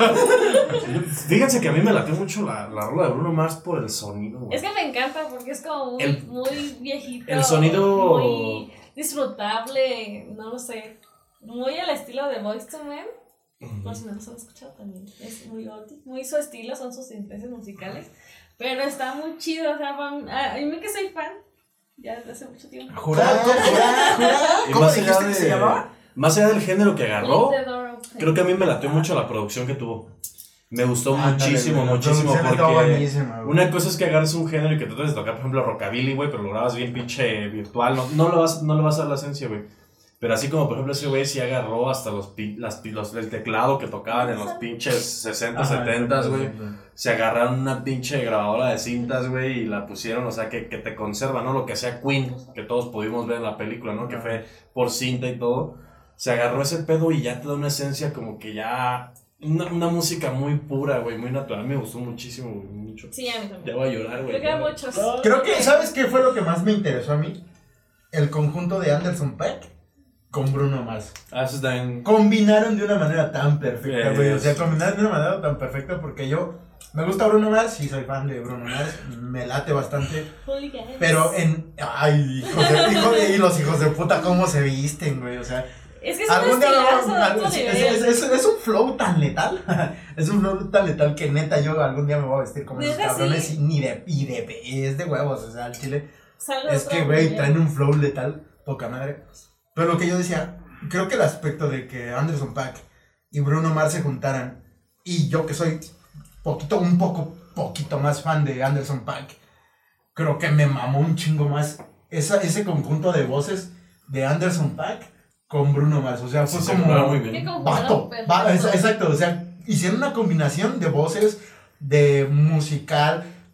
Fíjense que a mí me latió mucho la, la rola de Bruno Mars por el sonido, güey. Es que me encanta porque es como muy, El- muy viejito. el sonido- Muy disfrutable, no lo sé. Muy al estilo de Boyz two Men. Por si no los han escuchado también. Es muy oldie, muy su estilo, son sus intereses musicales. Pero está muy chido, o sea, van- a a mí que soy fan, ya desde hace mucho tiempo. Jurado, jurado, jurado. Y ¿Cómo más dijiste allá que de, se llamaba? Más allá del género que agarró, Leave the door open. creo que a mí me latió mucho la producción que tuvo. Me gustó Ándale, muchísimo, güey, la muchísimo, producción está porque buenísima, güey. una cosa es que agarres un género y que trates de tocar, por ejemplo, rockabilly, güey, pero lo grabas bien pinche virtual, no, no, lo vas, no le vas a dar la esencia, güey. Pero así como, por ejemplo, ese güey sí agarró hasta los, pi- las, pi- los el teclado que tocaban en los pinches sesenta, Ajá, setenta, güey. exacto. Se agarraron una pinche grabadora de cintas, güey, y la pusieron, o sea, que, que te conserva, ¿no? Lo que hacía Queen, que todos pudimos ver en la película, ¿no? Que fue por cinta y todo. Se agarró ese pedo y ya te da una esencia como que ya... Una, una música muy pura, güey, muy natural. Me gustó muchísimo, güey, mucho. Sí, a mí Ya también. voy a llorar, güey. Creo que hay ya. muchos. Creo que, ¿sabes qué fue lo que más me interesó a mí? El conjunto de Anderson .Paak con Bruno Mars. Ah, eso está en... Combinaron de una manera tan perfecta, Yes. güey. O sea, combinaron de una manera tan perfecta porque yo me gusta Bruno Mars, sí soy fan de Bruno Mars, me late bastante. Hooligans. Pero en. Ay, hijos de, hijo de- y los hijos de puta, cómo se visten, güey. O sea, Es que es un algún día estilazo me de voy a- otro es, nivel. es, es, es un flow tan letal. Es un flow tan letal que neta yo algún día me voy a vestir como esos ¿Neta cabrones sí? y ni de, y de. Es de huevos, o sea, al chile. Salgo de Es otro que, güey, nivel. traen un flow letal, poca madre. Pero lo que yo decía, creo que el aspecto de que Anderson .Paak y Bruno Mars se juntaran, y yo que soy poquito, un poco, poquito más fan de Anderson .Paak, creo que me mamó un chingo más esa, ese conjunto de voces de Anderson .Paak con Bruno Mars. O sea, fue Sí, se como... lograron muy Qué bien. conjugaron Vato, perfecto. va- es- exacto, o sea, hicieron una combinación de voces, de musical,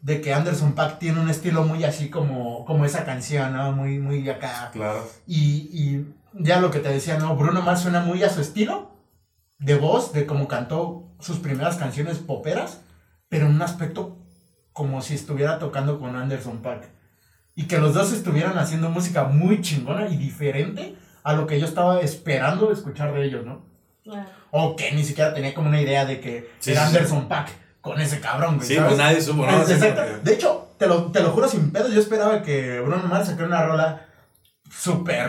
de que Anderson .Paak tiene un estilo muy así como, como esa canción, ¿no? Muy, muy acá. Claro. Y, y ya lo que te decía, ¿no? Bruno Mars suena muy a su estilo de voz, de cómo cantó sus primeras canciones poperas, pero en un aspecto como si estuviera tocando con Anderson .Paak. Y que los dos estuvieran haciendo música muy chingona y diferente a lo que yo estaba esperando escuchar de ellos, ¿no? Claro. O que ni siquiera tenía como una idea de que Sí, era sí, Anderson .Paak con ese cabrón, güey. Sí, ¿sabes? pues nadie supo, ¿no? Exacto. De hecho, te lo, te lo juro sin pedo, yo esperaba que Bruno Mars sacara una rola súper...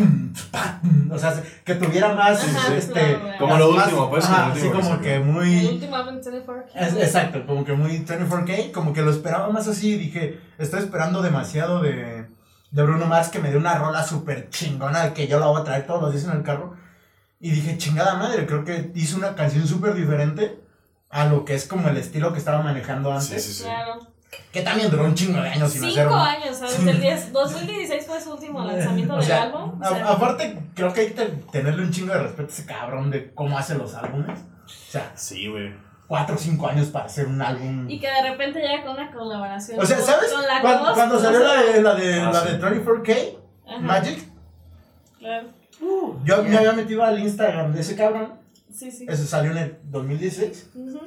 O sea, que tuviera más, Ajá, este... claro, Como lo más- último, pues. ajá, como lo así último como sacó. que El muy... último álbum veinticuatro K. es- exacto, como que muy veinticuatro K, como que lo esperaba más así, dije, estoy esperando demasiado de, de Bruno Mars que me dé una rola súper chingona, que yo la voy a traer todos los días en el carro, y dije, chingada madre, creo que hizo una canción súper diferente a lo que es como el estilo que estaba manejando antes, Sí, sí, sí. Claro. que también duró un chingo de años sin hacer Cinco un... años, ¿sabes? Sí. El diez dos mil dieciséis fue su último lanzamiento O del sea, álbum. O a- sea, aparte, creo que hay que tenerle un chingo de respeto a ese cabrón de cómo hace los álbumes. O sea, Sí, güey. cuatro o cinco años para hacer un álbum. y que de repente llega con una colaboración. O sea, con- ¿sabes? Con la Cuando, Cos, cuando o salió sea, la de, la de, Ah, la sí. de veinticuatro K, ajá, Magic, Claro. yo me había metido al Instagram de ese cabrón. Sí, sí. Eso salió en el dos mil dieciséis. Ujú,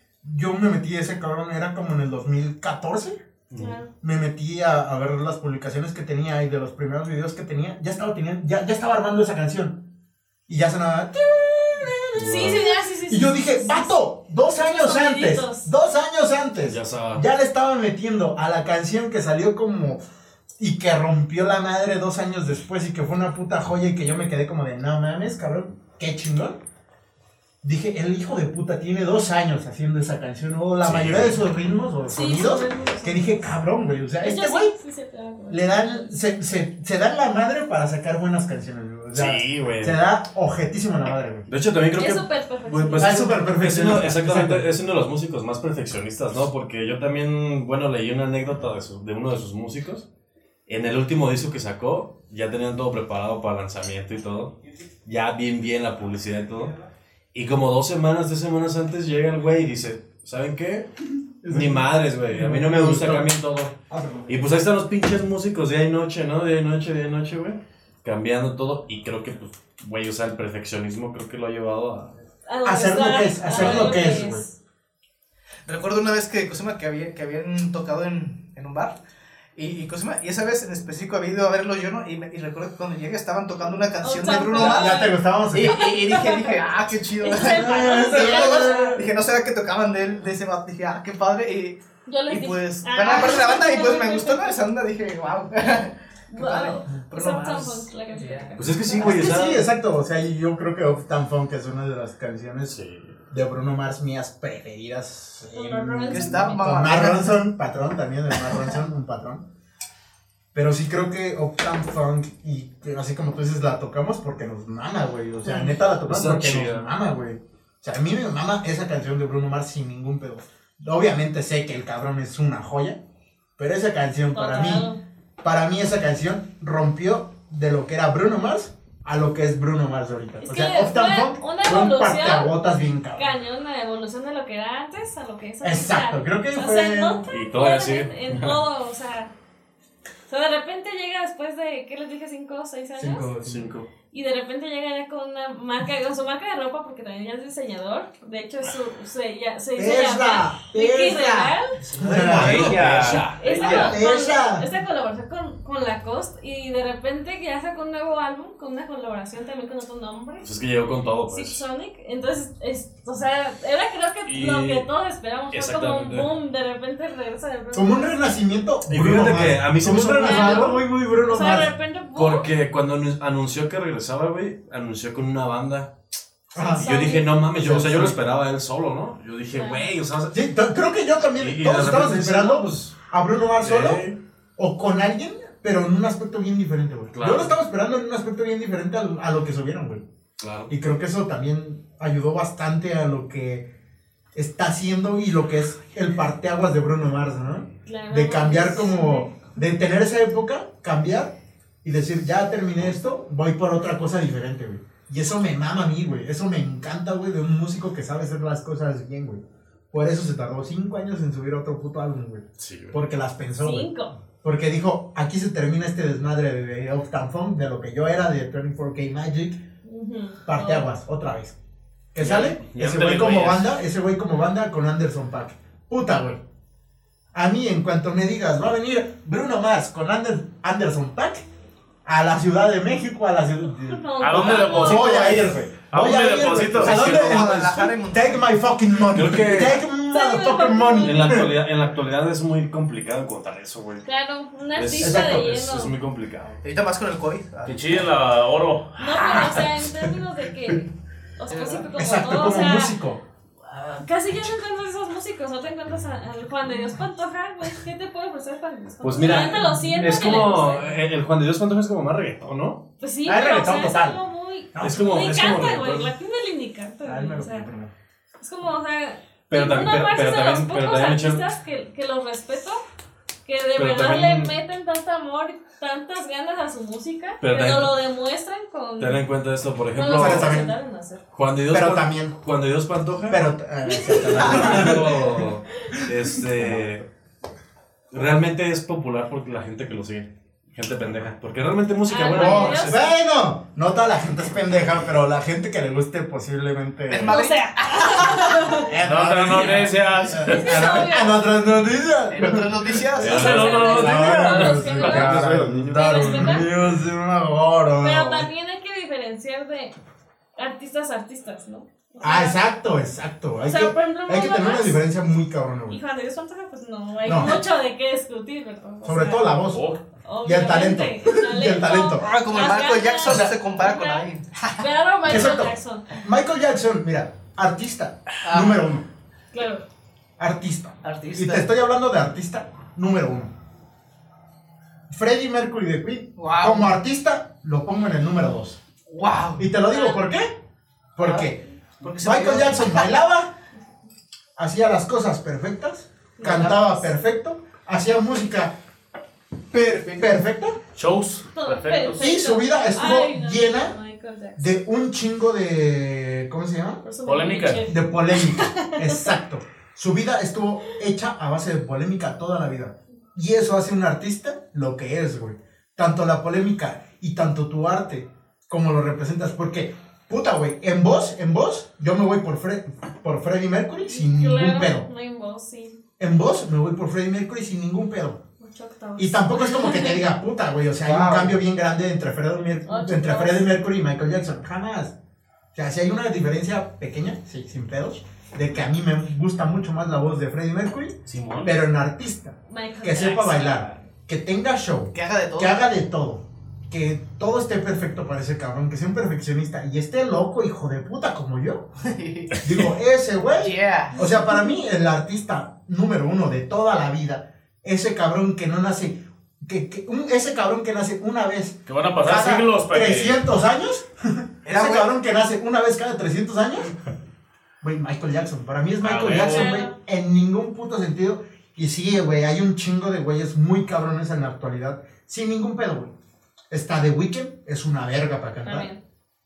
Yo me metí a ese cabrón, era como en el dos mil catorce. claro. Me metí a, a ver las publicaciones que tenía y de los primeros videos que tenía. Ya estaba, teniendo, ya, ya estaba armando esa canción. Y ya sonaba. Sí, sí, ya, sí, sí. Y yo sí, dije, sí, sí, vato, dos años soniditos. antes, dos años antes, Ya sabes. ya le estaba metiendo a la canción que salió como, y que rompió la madre dos años después y que fue una puta joya y que yo me quedé como de, no mames, cabrón, qué chingón. Dije, el hijo de puta tiene dos años haciendo esa canción, o la Sí. mayoría de sus ritmos o Sí, sonidos, sí, sí, sí. que dije, cabrón, güey, o sea, De hecho, este güey sí, sí, se te da cuenta. le dan, se, se, se dan la madre para sacar buenas canciones, güey, o sea, Sí, güey. se da objetísimo la madre, güey. De hecho, también creo Es que. súper perfecto. Pues, pues, Ah, es es súper es uno- perfeccionista. exactamente, Exacto. es uno de los músicos más perfeccionistas, ¿no? Porque yo también, bueno, leí una anécdota de, su- de uno de sus músicos. En el último disco que sacó, ya tenían todo preparado para el lanzamiento y todo. Ya bien, bien la publicidad y todo. Y como dos semanas, tres semanas antes llega el güey y dice, ¿saben qué? Ni madres, güey, a mí no me gusta, cambien todo. Y pues ahí están los pinches músicos día y noche, ¿no? Día y noche, día y noche, güey. Cambiando todo. Y creo que, pues, güey, o sea, el perfeccionismo creo que lo ha llevado a... A donde Hacer lo está, que es, hacer a lo donde que es, güey. Recuerdo una vez que Cosima que, había, que habían tocado en, en un bar. Y, y Cosima, y esa vez en específico había ido a verlos yo, ¿no? Y, me- y recuerdo que cuando llegué estaban tocando una canción de Bruno Uptown Mars. Ya te gustábamos. Y, y, y dije, dije, ah, qué chido. Ese es el patrón, Sí, sí. dije, no sabía que tocaban de, él, de ese vato. Dije, ah, qué padre. Y, Yo les y dije, pues, ah. bueno, aparte de la banda, y pues me gustó, ¿no? Esa onda, dije, wow. Qué padre. Wow. Bruno Uptown Mars. Funk, la canción. Pues es que sí, Es güey, que o sea... sí, exacto. O sea, y yo creo que Uptown Funk es una de las canciones Sí. de Bruno Mars mías preferidas. Con en- Mark Ronson. Que está Con mamá. Mark Ronson, patrón también, de Mark Ronson, un patrón. Pero sí creo que Uptown Funk, y que así como tú dices, la tocamos porque nos mama, güey. O sea, neta la tocamos Está porque chida. nos mama, güey. O sea, a mí me mama esa canción de Bruno Mars sin ningún pedo. Obviamente sé que el cabrón es una joya, pero esa canción para mí, Total. para mí esa canción rompió de lo que era Bruno Mars a lo que es Bruno Mars ahorita. Es O que sea, Uptown fue Funk una fue un evolución parteaguas bien cabrón. Cañón, la evolución de lo que era antes a lo que es ahorita. Exacto, creo que O sea, fue- se nota Y todavía en- sigue. En, todo, o sea. O sea, de repente llega después de, ¿qué les dije? ¿Cinco o seis años? Cinco, Cinco. Y de repente llega ya con una marca, con su marca de ropa, porque también ya es diseñador. De hecho, su, se, ya, se dice Esa, llamar Ricky esa. Regal. Ella. Esta, Ella. con- Esa. esta colaboración con, con Lacoste y de repente que ya sacó un nuevo álbum con una colaboración también con otro nombre. Pues es que llegó con todo, Six pues. Sonic, entonces, es, o sea, era creo que Y- lo que todos esperamos, fue como un Exactamente. boom, de repente regresa de Bruno. Como un renacimiento. Y Bruno fíjate Mars. que a mí se me Como un hizo muy renacimiento raro. muy, muy Bruno O sea, de Mars. repente, boom. Porque cuando anu- anunció que regresaba, güey, anunció con una banda. Ajá. Y yo dije, no mames, yo, o sea, yo lo esperaba él solo, ¿no? Yo dije, güey, o sea, Sí, t- creo que yo también, y- y todos de estamos repente dice, esperando no, pues, a Bruno Mars solo eh, o con alguien, pero en un aspecto bien diferente, güey. Claro. Yo lo estaba esperando en un aspecto bien diferente a, a lo que subieron, güey. Claro. Y creo que eso también ayudó bastante a lo que está haciendo y lo que es el parteaguas de Bruno Mars, ¿no? Claro, De cambiar sí. como, de tener esa época, cambiar y decir, ya terminé esto, voy por otra cosa diferente, güey. Y eso me mama a mí, güey. Eso me encanta, güey, de un músico que sabe hacer las cosas bien, güey. Por eso se tardó cinco años en subir otro puto álbum, güey. Sí, güey. Porque las pensó, güey. Cinco. Porque dijo, aquí se termina este desmadre de Uptown Funk, de lo que yo era, de veinticuatro K Magic. Ujú. Parteaguas, otra vez. ¿Qué sale? Ya Ese te güey lo como veías. banda, ese güey como banda con Anderson .Paak. Puta, güey. A mí, en cuanto me digas, va a venir Bruno Mars con Ander- Anderson .Paak a la Ciudad de México, a la ciudad... No, ¿A dónde no, deposito? Voy a ir, güey. ¿A Voy dónde a ir, güey. deposito? ¿A Sí, dónde? sí, Guadalajara y Monterrey. Take my fucking money. Creo que- Take my motherfucking money. En la actualidad, en la actualidad es muy complicado contar eso, güey. Claro, un Es, artista exacto, de es, lleno. es muy complicado. Ahorita más con el COVID. Ah. Que chillen la oro. No, pero o sea, en términos de que. O sea, sí, como Exacto, todo, como o sea, músico. casi ya no encuentras esos músicos, no te encuentras a- al Juan de Dios Pantoja, güey. ¿Qué te puede ofrecer Juan de Dios Pantoja? Pues mira, La neta lo siento, es que le como. guste. El Juan de Dios Pantoja es como más reggaetón, ¿no? Pues sí, Hay pero, o reggaetón sea, es total. algo muy. No, Es como. Ni Es como canta, güey. reggaetón. La tienda ni canta, Ay, güey. me O lo sea, primero. es como, o sea. Pero Bruno también- pero- Mars pero es de los también- pero pocos también echaron- artistas que, que los respeto, que de Pero verdad también- le meten tanto amor y tantas ganas a su música, Pero pero, también- lo demuestran con. Ten en cuenta esto, por No ejemplo. lo pero sé también- en hacer. Juan de Dios Pero Pan- también. Juan de Dios Pantoja. Pero... eh, Pero, este realmente es popular porque la gente que lo sigue, gente pendeja, porque realmente música Ah, buena no, Oh, es- Dios. bueno, no toda la gente es pendeja, pero la gente que le guste posiblemente... Es No Madrid. sea. En No, no, no, noticias. En en otras noticias. En otras noticias. No sé, no, no, no, Claro, Los que no- cara, Los dormidos de una hora. Pero también hay que diferenciar de artistas a artistas, ¿no? O sea, Ah, exacto, exacto. Hay O sea, que, por ejemplo, hay que Bruno tener una Mars diferencia muy cabrona, Y güey. Juan de Dios Pantoja, pues no, hay No. mucho de qué discutir, ¿verdad? O Sobre sea, todo la voz. Oh, Y el talento. obviamente, Y el talento. Ah, como el las Michael ganas. Jackson no se compara con Claro. nadie. Claro, Michael Exacto. Jackson. Michael Jackson, mira, artista Ah. número uno. Claro. Artista. Artista. Y te estoy hablando de artista número uno. Freddie Mercury de Queen, Wow. como artista, lo pongo en el número dos. Wow. Y te lo digo, ¿por qué? Porque Porque se Michael murió. Jackson bailaba, hacía las cosas perfectas, cantaba perfecto, hacía música Perfecto. perfecta shows Todo perfectos. perfecto. y su vida estuvo Ay, no, llena Michael Jackson. de un chingo de... ¿Cómo se llama? Por eso me Polémica. pinche. De polémica. Exacto. Su vida estuvo hecha a base de polémica toda la vida. Y eso hace un artista lo que es, güey. Tanto la polémica y tanto tu arte como lo representas. Porque, puta, güey, en voz, en voz, yo me voy por, Fre por Freddie Mercury sin ningún Claro, pedo. no hay voz, sí. En voz me voy por Freddie Mercury sin ningún pedo. Ocho octavos. Y tampoco es como que te diga, puta, güey, o sea, hay Wow. un cambio bien grande entre Freddie, Mer Ocho entre octavos. Freddie Mercury y Michael Jackson. Jamás. O sea, si hay una diferencia pequeña, sí, sin pedos, de que a mí me gusta mucho más la voz de Freddie Mercury, Simón. pero en artista, Michael que sepa Jackson. bailar, que tenga show, Que haga de todo. que haga de todo, que todo esté perfecto para ese cabrón, que sea un perfeccionista y esté loco, hijo de puta, como yo. Digo, ese güey. Yeah. O sea, para mí, el artista número uno de toda la vida, ese cabrón que no nace, que, que- un- ese cabrón que nace una vez Que van a pasar cada siglos para que. trescientos años, Era ese güey. cabrón que nace una vez cada trescientos años, güey, Michael Jackson. Para mí es Michael huevo. Jackson, güey, en ningún puto sentido. Y sí, güey, hay un chingo de güeyes muy cabrones en la actualidad, sin ningún pedo, güey. Está The Weeknd, es una verga para cantar. También.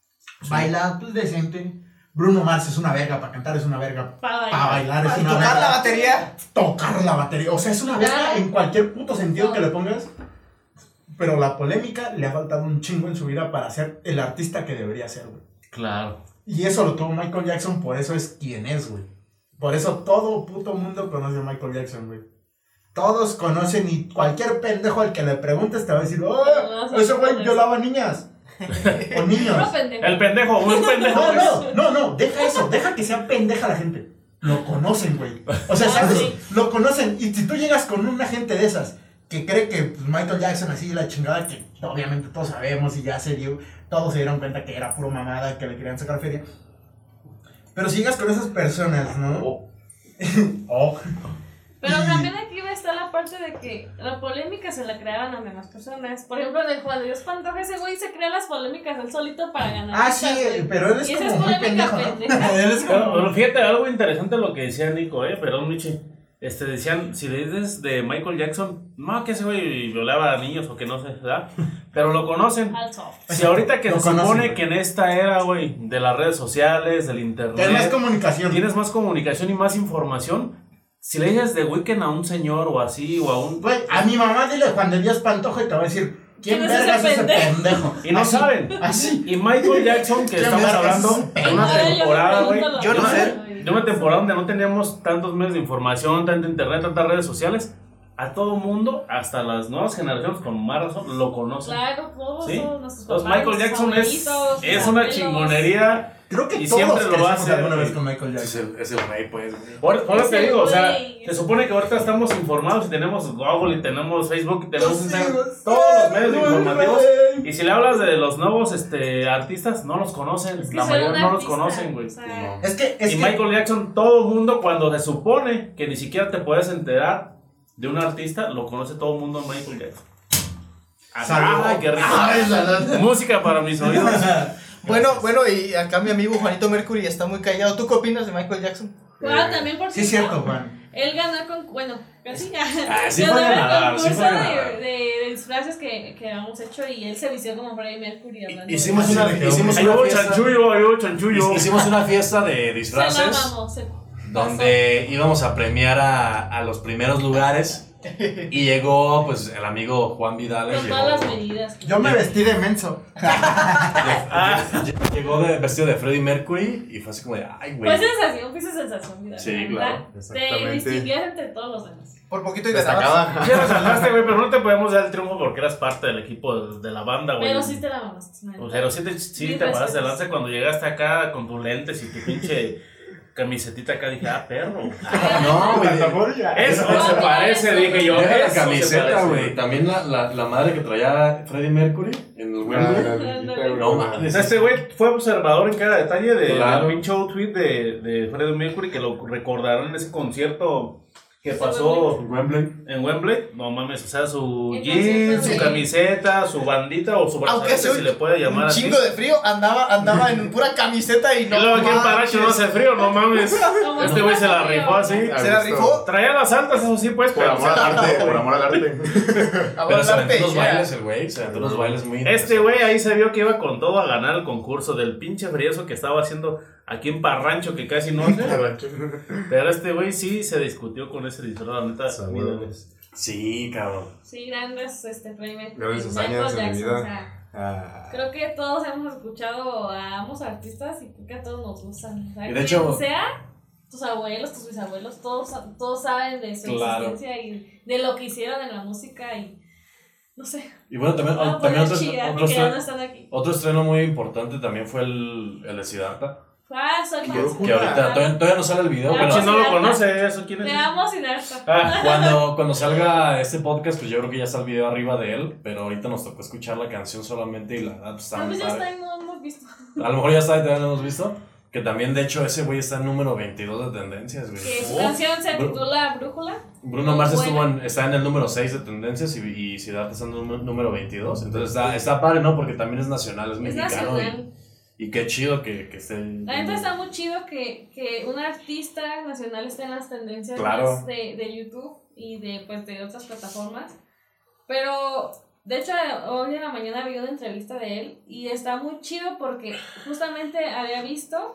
Baila pues, decente. Bruno Mars es una verga para cantar, es una verga Para bailar. para bailar, es Y una tocar verga. la batería. Tocar la batería. O sea, es una verga en cualquier puto sentido que le pongas. Pero la polémica le ha faltado un chingo en su vida para ser el artista que debería ser, güey. Claro. Y eso lo tuvo Michael Jackson, por eso es quien es, güey. Por eso todo puto mundo conoce a Michael Jackson, güey. Todos conocen y cualquier pendejo al que le preguntes te va a decir, ¡oh! Ese güey violaba niñas. O niños. Puro pendejo. El pendejo, un pendejo. No, no, no, no, deja eso, deja que sea pendeja la gente. Lo conocen, güey. O sea, Ah, ¿sabes? sí. Lo conocen. Y si tú llegas con una gente de esas que cree que pues, Michael Jackson así la chingada, que obviamente todos sabemos y ya se dio, todos se dieron cuenta que era puro mamada, que le querían sacar feria. Pero si llegas con esas personas, ¿no? Oh. Oh. Pero Y- también aquí está la parte de que la polémica se la creaban a demás personas. Por ejemplo, en el Juan de Dios Pantoja, ese güey se crea las polémicas él solito para ganar. Ah, vistas, sí, güey. pero él es Y esa como es muy polémica pendejo, ¿no? pendeja. Él es Pero, como... pero fíjate, algo interesante lo que decía Nico, eh, perdón, Michi. Este, decían, si le dices de Michael Jackson, no, que ese güey violaba a niños o que no sé, ¿verdad? pero lo conocen. Alto. Si ahorita que Lo se supone conocen, que en esta era, güey, de las redes sociales, del internet, Tienes más comunicación. tienes más comunicación y más información, si le dices de Weeknd a un señor o así, o a un... Güey, a mi mamá dile Juan de Dios Pantoja y te va a decir, ¿quién ¿Quién es verga es ese ese pendejo? pendejo? Y no Así, saben. Así. Y Michael Jackson, que ¿Quién estamos verga es hablando ese de una Ay, yo me temporada, güey, pregunto lo yo no mismo, sé. güey. de una temporada donde no teníamos tantos medios de información, tanto internet, tantas redes sociales, a todo mundo, hasta las nuevas generaciones con más razón, lo conocen. Claro, todos ¿Sí? son nuestros Entonces papás, Michael Jackson es, abuelitos, es una abuelos. chingonería. Creo que Y todos siempre lo va a crecimos hacer, alguna güey. vez con Michael Es Jackson. el, es el rey, pues. güey. Por, por eso te Ese digo, o sea, güey. se supone que ahorita estamos informados y tenemos Google y tenemos Facebook y tenemos Sí, Instagram, güey. todos los medios Güey, informativos. güey. Y si le hablas de los nuevos este, artistas, no los conocen. Es que La soy mayoría un no los artista, conocen, güey. o sea, No. Es que, es Y que Michael Jackson, todo el mundo, cuando se supone que ni siquiera te puedes enterar de un artista, lo conoce todo el mundo en Michael Jackson. Salud. ¡Ay, qué rico! Ay, salud. Música para mis oídos. Bueno, bueno, y acá mi amigo Juanito Mercury está muy callado. ¿Tú qué opinas de Michael Jackson? Juan, también por sí es cierto, cierto, Juan. él ganó con, bueno, casi Ah, sí ganó fue el ganador, sí concurso fue de, ganador. de, de disfraces que, que habíamos hecho y él se vistió como Freddie Mercury hablando. Hicimos Así una, le quedó. hicimos Ahí una hubo fiesta. chanchullo, ahí hubo chanchullo. Hicimos una fiesta de de, se la disfraces amamos, se donde íbamos a premiar a, a los primeros lugares. Y llegó, pues, el amigo Juan Vidal. con todas las medidas. Yo me vestí de menso. Llegó de, vestido de Freddie Mercury y fue así como de, ay, güey. Fue sensación, fue sensación. Mira, Sí, la claro, verdad, te exactamente. distinguías entre todos los demás. Por poquito y ganabas. Destacaba. Ya resaltaste, güey, pero no te podemos dar el triunfo porque eras parte del equipo de, de la banda, güey. Pero sí te la mamaste. la O neta. sea, pero sí te, sí Mis te paraste respetos. delante cuando llegaste acá con tus lentes y tu pinche camisetita acá. Dije, ah, perro. No, güey. Eso No, se no, parece, eso, dije yo. Deja la eso se camiseta, parece. güey. También la, la, la madre que traía Freddie Mercury en el Wembley. No O mames. sea, este güey fue observador en cada detalle de Claro. del pinche outfit de, de Freddie Mercury que lo recordaron en ese concierto que Ese pasó Wembley. en Wembley. No mames, o sea, su El jeans, concierto su de- camiseta, su bandita o su Aunque brazalete, hace si le puede llamar un así. chingo de frío, andaba, andaba en pura camiseta y Y no. luego aquí en manches. Paracho no hace frío, no mames. Como Este no güey se la hace frío. rifó así. Se la rifó. Traía las altas, eso sí, pues, Por pero. amor al arte, por amor al arte. Pero se aventó unos ya. bailes el güey. Se aventó unos bailes muy Este güey ahí se vio que iba con todo a ganar el concurso del pinche friezo que estaba haciendo aquí en Parrancho, que casi no sé. Pero este güey sí se discutió con ese disfraz, la neta. Saludos. mírales. Sí, cabrón. Sí, grandes este, Freddie Mercury. Grandes Michael hazañas en mi Jackson, vida. o sea, Ah, creo que todos hemos escuchado a ambos artistas y creo que a todos nos gustan. O sea, Y de quien hecho- sea, tus abuelos, tus bisabuelos, todos, todos saben de su Claro. existencia y de lo que hicieron en la música y no sé. Y bueno, también, Vamos a también poner otro, chida otro, porque ya no estreno, están aquí. otro estreno muy importante también fue el, el de Siddhartha. Ah, soy fan. Yo- Que ahorita todavía, todavía no sale el video, Ya, pero Si no lo Siddhartha. conoce, ¿eso quién es? Te amo, Siddhartha. Ah, cuando, cuando salga este podcast, pues yo creo que ya está el video arriba de él. Pero ahorita nos tocó escuchar la canción solamente y la verdad pues, está Tal muy vez ya padre. está y no hemos visto. A lo mejor ya está y todavía no lo hemos visto. Que también, de hecho, ese güey está en número veintidós de tendencias, güey. Que su Uf. canción se Bru- titula Brújula. Bruno Muy Mars buena. estuvo en- está en el número seis de tendencias y, y Siddhartha está en el número- número veintidós. Entonces está, está padre, ¿no? Porque también es nacional, es Es mexicano. nacional. Y, y qué chido que, que esté. La neta está muy chido que, que un artista nacional esté en las tendencias Claro. más de, de YouTube y de, pues, de otras plataformas. Pero, de hecho, hoy en la mañana vi una entrevista de él y está muy chido porque justamente había visto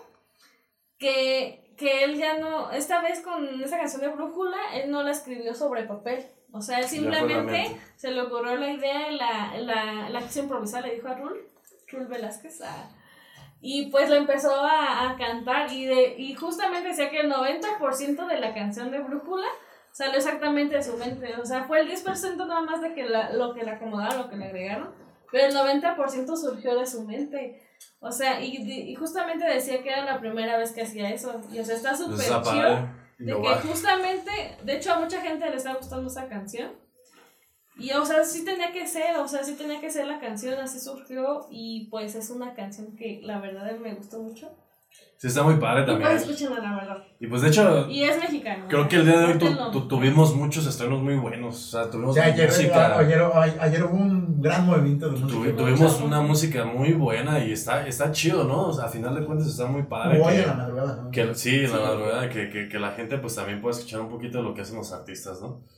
que, que él ya no, esta vez con esa canción de Brújula, él no la escribió sobre papel. O sea, él Ya fue la simplemente mente. se le ocurrió la idea, la, la, la quiso improvisar, le dijo a Rul, Rul Velázquez, a... Y pues lo empezó a, a cantar y, de, y justamente decía que el noventa por ciento de la canción de Brújula salió exactamente de su mente. O sea, fue el diez por ciento nada más de que la, lo que le acomodaron, lo que le agregaron, pero el noventa por ciento surgió de su mente. O sea, y, y justamente decía que era la primera vez que hacía eso. Y o sea, está súper Está chido. padre. De que Innovar. justamente, de hecho a mucha gente le está gustando esa canción. Y o sea, sí tenía que ser, o sea, sí tenía que ser la canción, así surgió. Y pues es una canción que la verdad me gustó mucho. Sí, está muy padre Y pues también. escúchenla, la verdad. Y pues de hecho, Y es mexicano. creo que el día de hoy tu- Córtenlo. tu- tuvimos muchos estrenos muy buenos. O sea, tuvimos Ya, ayer, música. ayer, ayer, ayer hubo un gran movimiento de música. tuvi- tuvimos una música muy buena y está, está chido, ¿no? O sea, a final de cuentas está muy padre. Hoy que- en la madrugada, ¿no? Que, sí, en la Sí. madrugada, que, que, que la gente pues también pueda escuchar un poquito de lo que hacen los artistas, ¿no?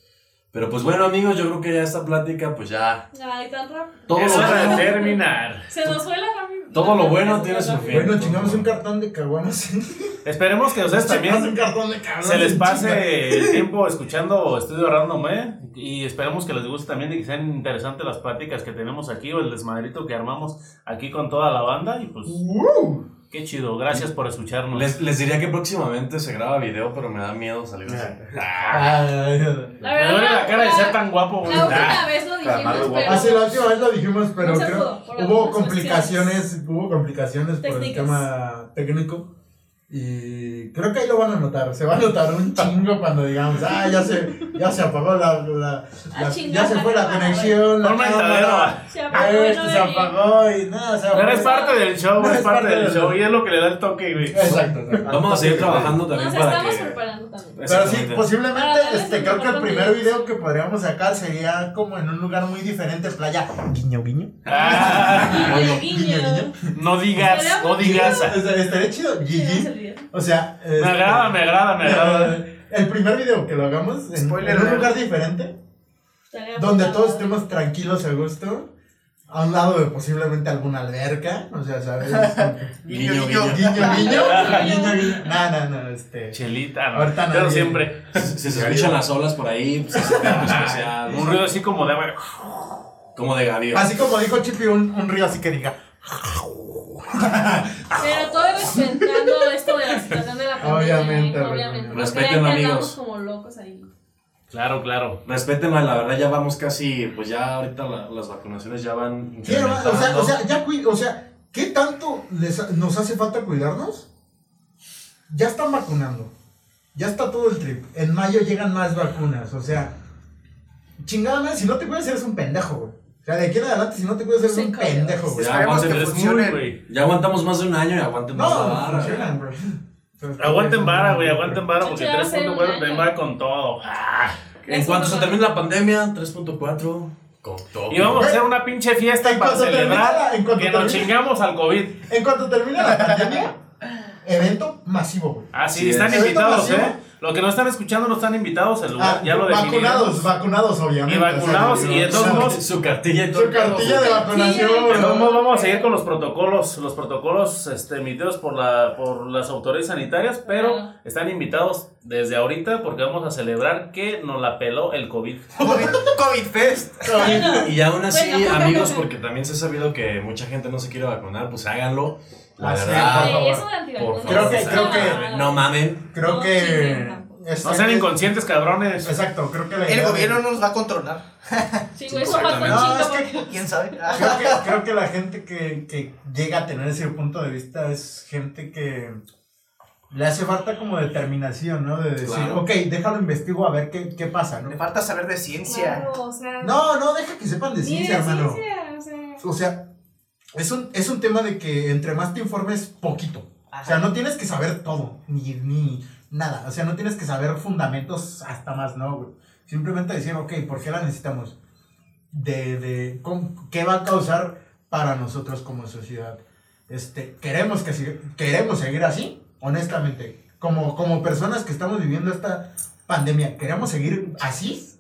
Pero pues bueno, amigos, yo creo que ya esta plática, pues ya. Ay, tan rápido. Todo Es lo hora de bueno, terminar. Se nos fue la rápido. Todo lo bueno tiene su fin. Bueno, chingamos un cartón de caguamas. Esperemos que ustedes Chingamos también un cartón de caguamas. se les en pase chinga. el tiempo escuchando Estudio Random, ¿eh? Y esperemos que les guste también y que sean interesantes las pláticas que tenemos aquí o el desmadrito que armamos aquí con toda la banda. Y pues, Uh. qué chido. Gracias por escucharnos. Les, les diría que próximamente se graba video, pero me da miedo salir así. Ay, La Me duele la cara de ser tan guapo, güey. La última Ah, vez lo Calmado, dijimos, guapo. pero. Ah, sí, la última vez lo dijimos, pero No se creo pudo, por hubo algunas complicaciones, hubo complicaciones por el Técnicas. tema técnico. Y creo que ahí lo van a notar, se va a notar un chingo cuando digamos, ah, ya se, ya se apagó la, la, Ah, la- chingada, ya se fue la cámara, conexión, la Forma entradera. cámara, Se apagó y este no se venía. apagó y nada, se Pero apagó. es parte del show, No, es parte del show. del- Y es lo que le da el toque, güey. Exacto, exacto. Vamos a seguir trabajando también Nos para estamos que. preparando también. Pero sí, Exactamente. posiblemente, Para darles este, el creo que el mejor primer contenido. video que podríamos sacar sería como en un lugar muy diferente, playa, guiño, guiño. Ah, Oye, guiño, guiño. guiño. no digas, no digas. Estaría estaría chido, Gigi. O sea, Me agrada, me agrada, me agrada. El primer video que lo hagamos en, Spoiler en un alert. lugar diferente, Estaría donde poca todos madre. estemos tranquilos a gusto, a un lado de posiblemente alguna alberca, o sea, ¿sabes? Guiño, guiño, guiño. guiño, guiño, guiño, guiño. No, no, no, este. Chelita, ¿no? Ahorita Pero nadie- siempre. Si se escuchan las olas por ahí, pues es algo especial. Un ruido así como de agua. Como de gavión. Así como dijo Chippy, un, un río así que diga. Pero todo respetando esto de la situación de la pandemia. Obviamente, obviamente. Porque respeten, ahí andamos amigos. como locos ahí. Claro, claro. Respétenme, la verdad ya vamos casi, pues ya ahorita la- las vacunaciones ya van ¿Qué, o sea, incrementando. o sea, ya cui- o sea, ¿qué tanto les, nos hace falta cuidarnos? Ya están vacunando. Ya está todo el trip. En mayo llegan más vacunas. O sea, chingada madre, si no te cuidas eres un pendejo, güey. O sea, de aquí en adelante, si no te cuidas eres Sí, un cabrón. pendejo, güey. Ya, Esperemos aguanten, que eres funcione. Muy, güey. Ya aguantamos más de un año y aguanten más la No, vara. funcionan, güey. Aguanten vara, güey, aguanten vara porque Ya va a tres ser punto un cuatro año. también va con todo. Ah. En cuanto se termine la pandemia, tres punto cuatro con todo. Y vamos a hacer una pinche fiesta En para cuanto termine celebrar la- en cuanto que nos termine- chingamos al COVID. En cuanto termine la pandemia, evento masivo, güey. Ah, sí, Sí, están es. invitados, Evento ¿eh? Los que no están escuchando no están invitados al lugar, Ah, ya lo vacunados, definimos. vacunados, obviamente. Y vacunados, o sea, y de todos su- modos- Su cartilla y todo. Su cartilla de vacunación, Sí, De todos modos, bro. vamos a seguir con los protocolos, los protocolos este, emitidos por, la, por las autoridades sanitarias, pero Ah. están invitados desde ahorita porque vamos a celebrar que nos la peló el COVID. COVID, COVID Fest. Y aún así, Bueno. amigos, porque también se ha sabido que mucha gente no se quiere vacunar, pues háganlo. La Así es, verdad, por favor. Eso de antivacunas. por favor. Creo que- creo que- No mamen. Creo No que. chinguen tampoco. es- No sean inconscientes, cabrones. Exacto, creo que la El idea de- gobierno no nos va a controlar. Sí, güey, eso falta un Exactamente. No, chingo es que- porque- ¿Quién sabe? Creo que, creo que la gente que, que llega a tener ese punto de vista es gente que le hace falta como determinación, ¿no? De decir, Claro. ok, déjalo investigo a ver qué, qué pasa, ¿no? Le falta saber de ciencia. Claro, o sea, No, no, deja que sepan de ni ciencia, de hermano. ciencia, o sea. O sea, es un, es un tema de que entre más te informes, poquito. O sea, no tienes que saber todo, ni, ni nada. O sea, no tienes que saber fundamentos hasta más, no, güey. Simplemente decir, ok, ¿por qué la necesitamos? De, de cómo- ¿qué va a causar para nosotros como sociedad? Este, ¿queremos, que sig- ¿Queremos seguir así? Honestamente, como, como personas que estamos viviendo esta pandemia, ¿queremos seguir así?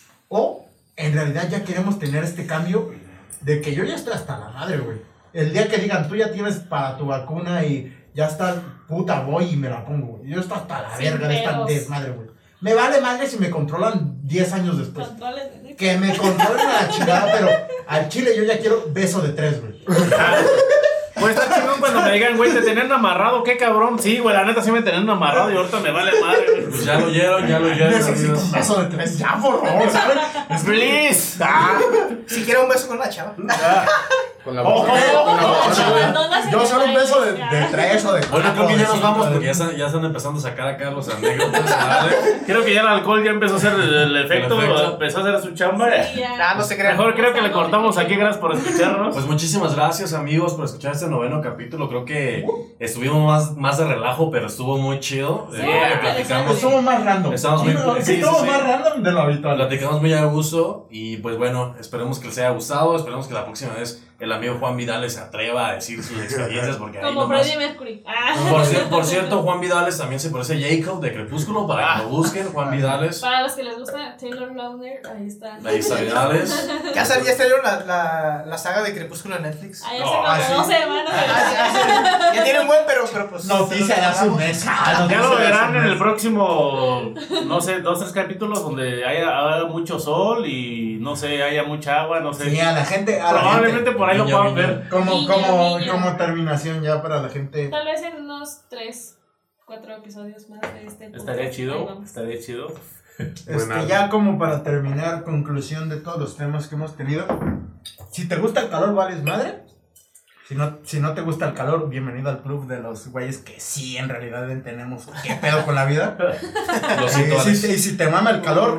¿O en realidad ya queremos tener este cambio de que yo ya estoy hasta la madre, güey? El día que digan, tú ya tienes para tu vacuna y ya está, puta, voy y me la pongo, güey. Yo estoy hasta la Sin verga de esta pedos. desmadre, güey. Me vale madre si me controlan diez años después. Controles de- Que me controlen a la chingada, pero al chile yo ya quiero beso de tres, güey. Pues está chingón cuando me digan, güey, te tenían amarrado, qué cabrón. Sí, güey, la neta sí me tenían amarrado y ahorita me vale madre, güey. Pues ya lo oyeron, ya lo oyeron. Necesito amigos. un beso de tres, ya, por favor, ¿saben? ¡Feliz! Ah. Si quiero un beso con la chava. Con la Oh, boca. oh, Con la oh, boca, oh, güey. Abandonas Yo el solo un beso de, detalle, de ya. tres o de Bueno, creo cuatro, que ya de nos cinco, vamos de- porque ya están, ya están empezando a sacar acá los anécdotas. ¿vale? Creo que ya el alcohol ya empezó a hacer el, el efecto, El efecto. empezó a hacer su chamba. Sí, ya. Ah, no se crean. Mejor creo que le cortamos aquí, gracias por escucharnos. Pues muchísimas gracias, amigos, por escuchar este noveno capítulo. Creo que estuvimos más, más de relajo, pero estuvo muy chido. Sí, Eh, lo que interesante. platicamos, Estuvo más random. Estamos muy- no, sí, sí, sí, estuvo sí. más random de lo habitual. platicamos muy a gusto. Y pues bueno, esperemos que les haya gustado. Esperemos que la próxima vez el amigo Juan Vidales se atreva a decir sus experiencias. Porque ahí Como nomás... Freddie Mercury. Ah. Por, cier- por cierto, Juan Vidales también se parece a Jacob de Crepúsculo, para que lo busquen, Juan Vidales. Para los que les gusta Taylor Lautner, ahí está. Ahí está Vidales. Ya sal- ya salieron la, la, la saga de Crepúsculo en Netflix. Ahí No, hace como ah, sí. dos semanas. Ah, ya, ya, ya tienen buen, pero, pero pues. Noticia de hace un mes. Ah, Ya noticia lo de hace verán un en mes. el próximo, no sé, dos, tres capítulos donde haya, haya mucho sol y no sé, haya mucha agua, no sé. Sí, a la gente. A la Probablemente gente. por ahí lo Guiño, puedan guiño. ver. Como, Guiño, como, guiño. como terminación ya para la gente. Tal vez en unos tres, cuatro episodios más de este podcast. Estaría Ahí chido, vamos. estaría chido. Este, Buena. ya como para terminar, conclusión de todos los temas que hemos tenido. Si te gusta el calor, vales madre. Si no, si no te gusta el calor, bienvenido al club de los güeyes que sí en realidad entendemos qué pedo con la vida. Lo Y siento, si, Alex. y si te mama el calor,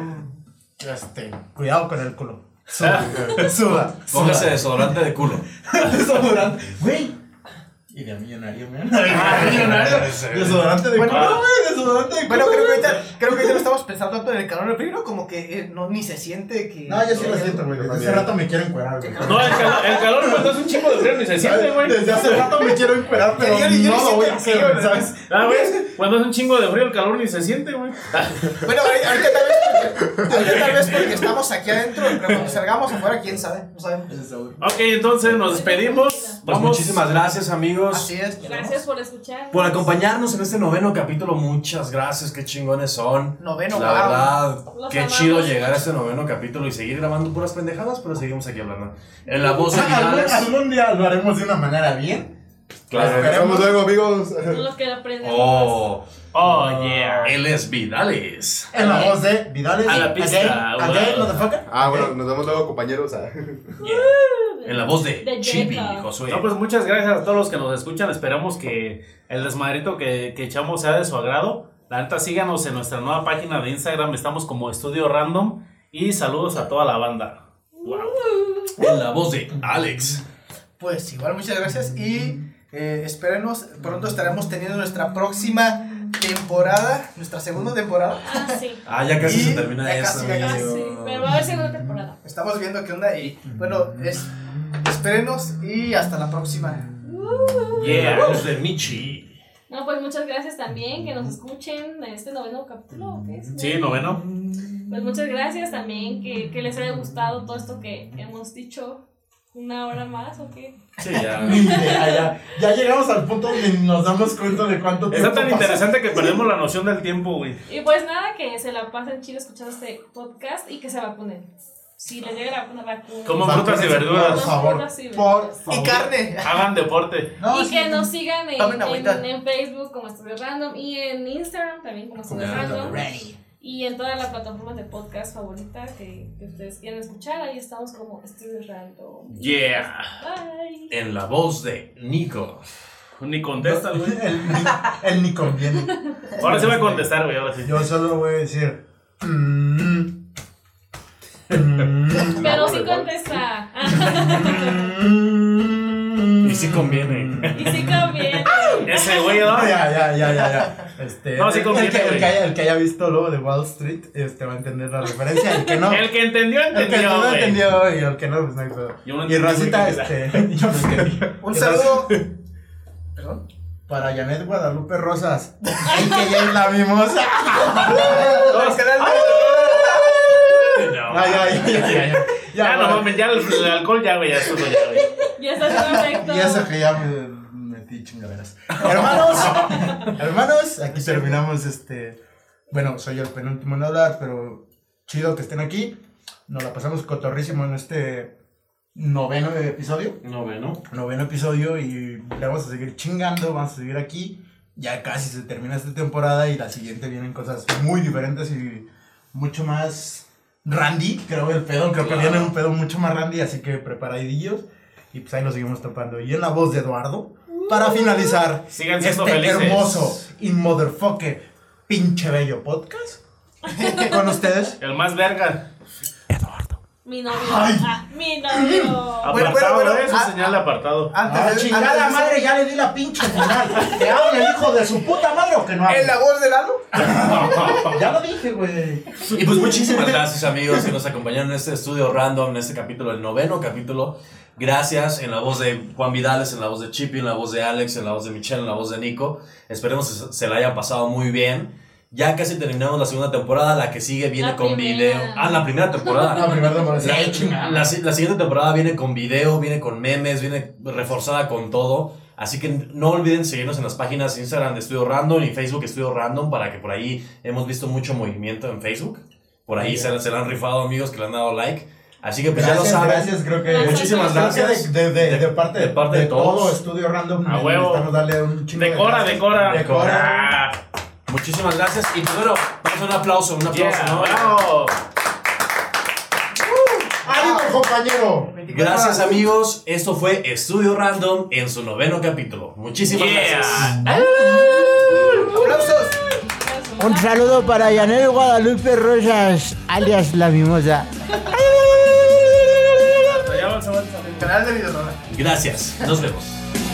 este, cuidado con el culo. Suda, suda. Póngase suda. desodorante de culo. Desodorante, güey. Y de millonario, man. De millonario. Desodorante de Bueno, culo, güey. Desodorante de culo. Bueno, creo que ahorita, creo que ahorita no estamos pensando tanto en el calor del frío, como que eh, no, ni se siente que. No, yo sí lo siento, güey. Desde hace rato me quiero encuerar, güey. No, el calor, el calor cuando es un chingo de frío ni se siente, güey. Desde hace rato me quiero encuerar, pero Yo- yo- yo no siento lo voy a el hacer, frío, güey, ¿sabes? Ah, ¿ves? Cuando es un chingo de frío el calor ni se siente, güey. Bueno, ahorita, ahorita tal vez porque, ahorita tal vez porque estamos aquí adentro, pero cuando salgamos afuera, quién sabe, no sabemos. Ok, entonces nos despedimos. Pues Vamos. muchísimas gracias, amigos. Así es. Gracias por escuchar. Por acompañarnos en este noveno capítulo, muchas gracias, qué chingones son. Noveno, La wow. verdad, Los qué amamos. chido llegar a este noveno capítulo y seguir grabando puras pendejadas, pero seguimos aquí hablando. En la voz de Algún, Vidales. algún día lo haremos de una manera bien. Claro. Esperemos. Nos vemos luego, amigos. Son los que aprenden. Oh, Oh, yeah. él es Vidales. En la voz de Vidales. A la pista, Again, wow. again, motherfucker. Ah, bueno, nos vemos luego, compañeros. Ah. En la voz de, De Chibi Jacob. Josué. No, pues muchas gracias a todos los que nos escuchan. Esperamos que el desmadrito que, que echamos sea de su agrado. La neta, síganos en nuestra nueva página de Instagram. Estamos como Estudio Random. Y saludos a toda la banda. En la voz de Alex. Pues igual, muchas gracias y eh, espérenos. Pronto estaremos teniendo nuestra próxima temporada, nuestra segunda temporada. Ah, sí. Ah, ya casi Y se termina ya esto. casi, ya Ah, casi. amigo. sí. Pero va a haber segunda temporada. Estamos viendo qué onda y bueno, es, espérenos y hasta la próxima. En Yeah. la voz de Michi. No, pues muchas gracias también que nos escuchen en este noveno capítulo. ¿O qué es? Sí, noveno. Pues muchas gracias también que, que les haya gustado todo esto que hemos dicho. ¿Una hora más o qué? Sí, ya. Ya, ya, ya llegamos al punto donde nos damos cuenta de cuánto tiempo Está tan pasó. interesante que perdemos la noción del tiempo, güey. Y pues nada, que se la pasen chido escuchando este podcast y que se vacunen. Si les llega la vacuna, vacunen. Como frutas y verduras. Por favor, Frutas y por verduras. favor. Y carne. Hagan deporte. No, y sí, que no. nos sigan en, Tomen agüita. en, en Facebook como Estudio Random y en Instagram también como Estudio Como Random. Ready. Y en todas las plataformas de podcast favorita que, que ustedes quieran escuchar, ahí estamos como Estudio Random. Yeah. Bye. En la voz de Nico. Ni contesta, güey. El, ni- el ni conviene. Ahora sí va a contestar, güey. Ahora sí. Yo solo voy a decir. mm, mm, Pero sí contesta. mm, Y sí conviene. Y sí conviene. Ese güey, ¿no? Ya, ya, ya, ya, ya. Este, No, sí el- conviene, el, que, el, güey. que haya, el que haya visto Lobo de Wall Street este, va a entender la referencia. El que no, El que entendió, el que entendió, no güey. entendió y el que no, pues no hay pedo. Yo no Y entendí, Racita, güey. este, yo no entendí. Un Y saludo. Perdón. Para Janet Guadalupe Rosas. Ay, que ya es la mimosa. Los canales No. Ay, ay, ay, ay, ay. Ya, no bueno. mames, ya el, el alcohol ya, güey, ya estuvo ya, güey. Ya está perfecto. Y eso que ya me metí chingaderas. Hermanos, hermanos, aquí terminamos este. Bueno, soy el penúltimo en hablar, pero chido que estén aquí. Nos la pasamos cotorrísimo en este noveno episodio. Noveno. Noveno episodio y le vamos a seguir chingando, vamos a seguir aquí. Ya casi se termina esta temporada y la siguiente vienen cosas muy diferentes y mucho más randy, creo el pedo, creo Claro. que viene un pedo mucho más randy, así que preparadillos y pues ahí lo seguimos topando. Y en la voz de Eduardo, para finalizar Sigan siendo este felices. hermoso y motherfucker pinche bello podcast con ustedes. El más verga. Mi novio. Ay. Ah, mi novio. Apartado, Bueno, bueno, bueno, ¿eh? Eso ah, señal de apartado. Antes Ah, de- chingada antes de- madre, ya le di la pinche final. ¿Que hable el hijo de su puta madre o que no hable? ¿En la voz de Lalo? Ya lo dije, güey. Y pues muchísimas gracias amigos que nos acompañaron en este estudio random, en este capítulo, el noveno capítulo. Gracias en la voz de Juan Vidales, en la voz de Chippy, en la voz de Alex, en la voz de Michelle, en la voz de Nico. Esperemos que se la hayan pasado muy bien. Ya casi terminamos la segunda temporada, la que sigue viene La con primera. video. Ah, la primera temporada. La primera temporada. La, Sí, chingada. la, la siguiente temporada viene con video, viene con memes, viene reforzada con todo. Así que no olviden seguirnos en las páginas Instagram de Estudio Random y Facebook Estudio Random, para que por ahí hemos visto mucho movimiento en Facebook. Por ahí se, se la han rifado amigos que le han dado like. Así que pues Gracias, ya lo saben. gracias, creo que Muchísimas creo que gracias. de, de, de, de parte de parte de todos. todo Estudio Random. A huevo. Necesitamos darle un chingo de Decora, gracias. decora. Decora. Ah, Muchísimas gracias. Y pues bueno, vamos a un aplauso, un aplauso, yeah, ¿no? bravo. ¡Ánimo, compañero! Gracias amigos, esto fue Estudio Random en su noveno capítulo. Muchísimas Yeah. gracias. ¡Aplausos! Un saludo para Yanel Guadalupe Rosas, alias La Mimosa. Ya vamos a ver. Canal de Videonova. Gracias, nos vemos.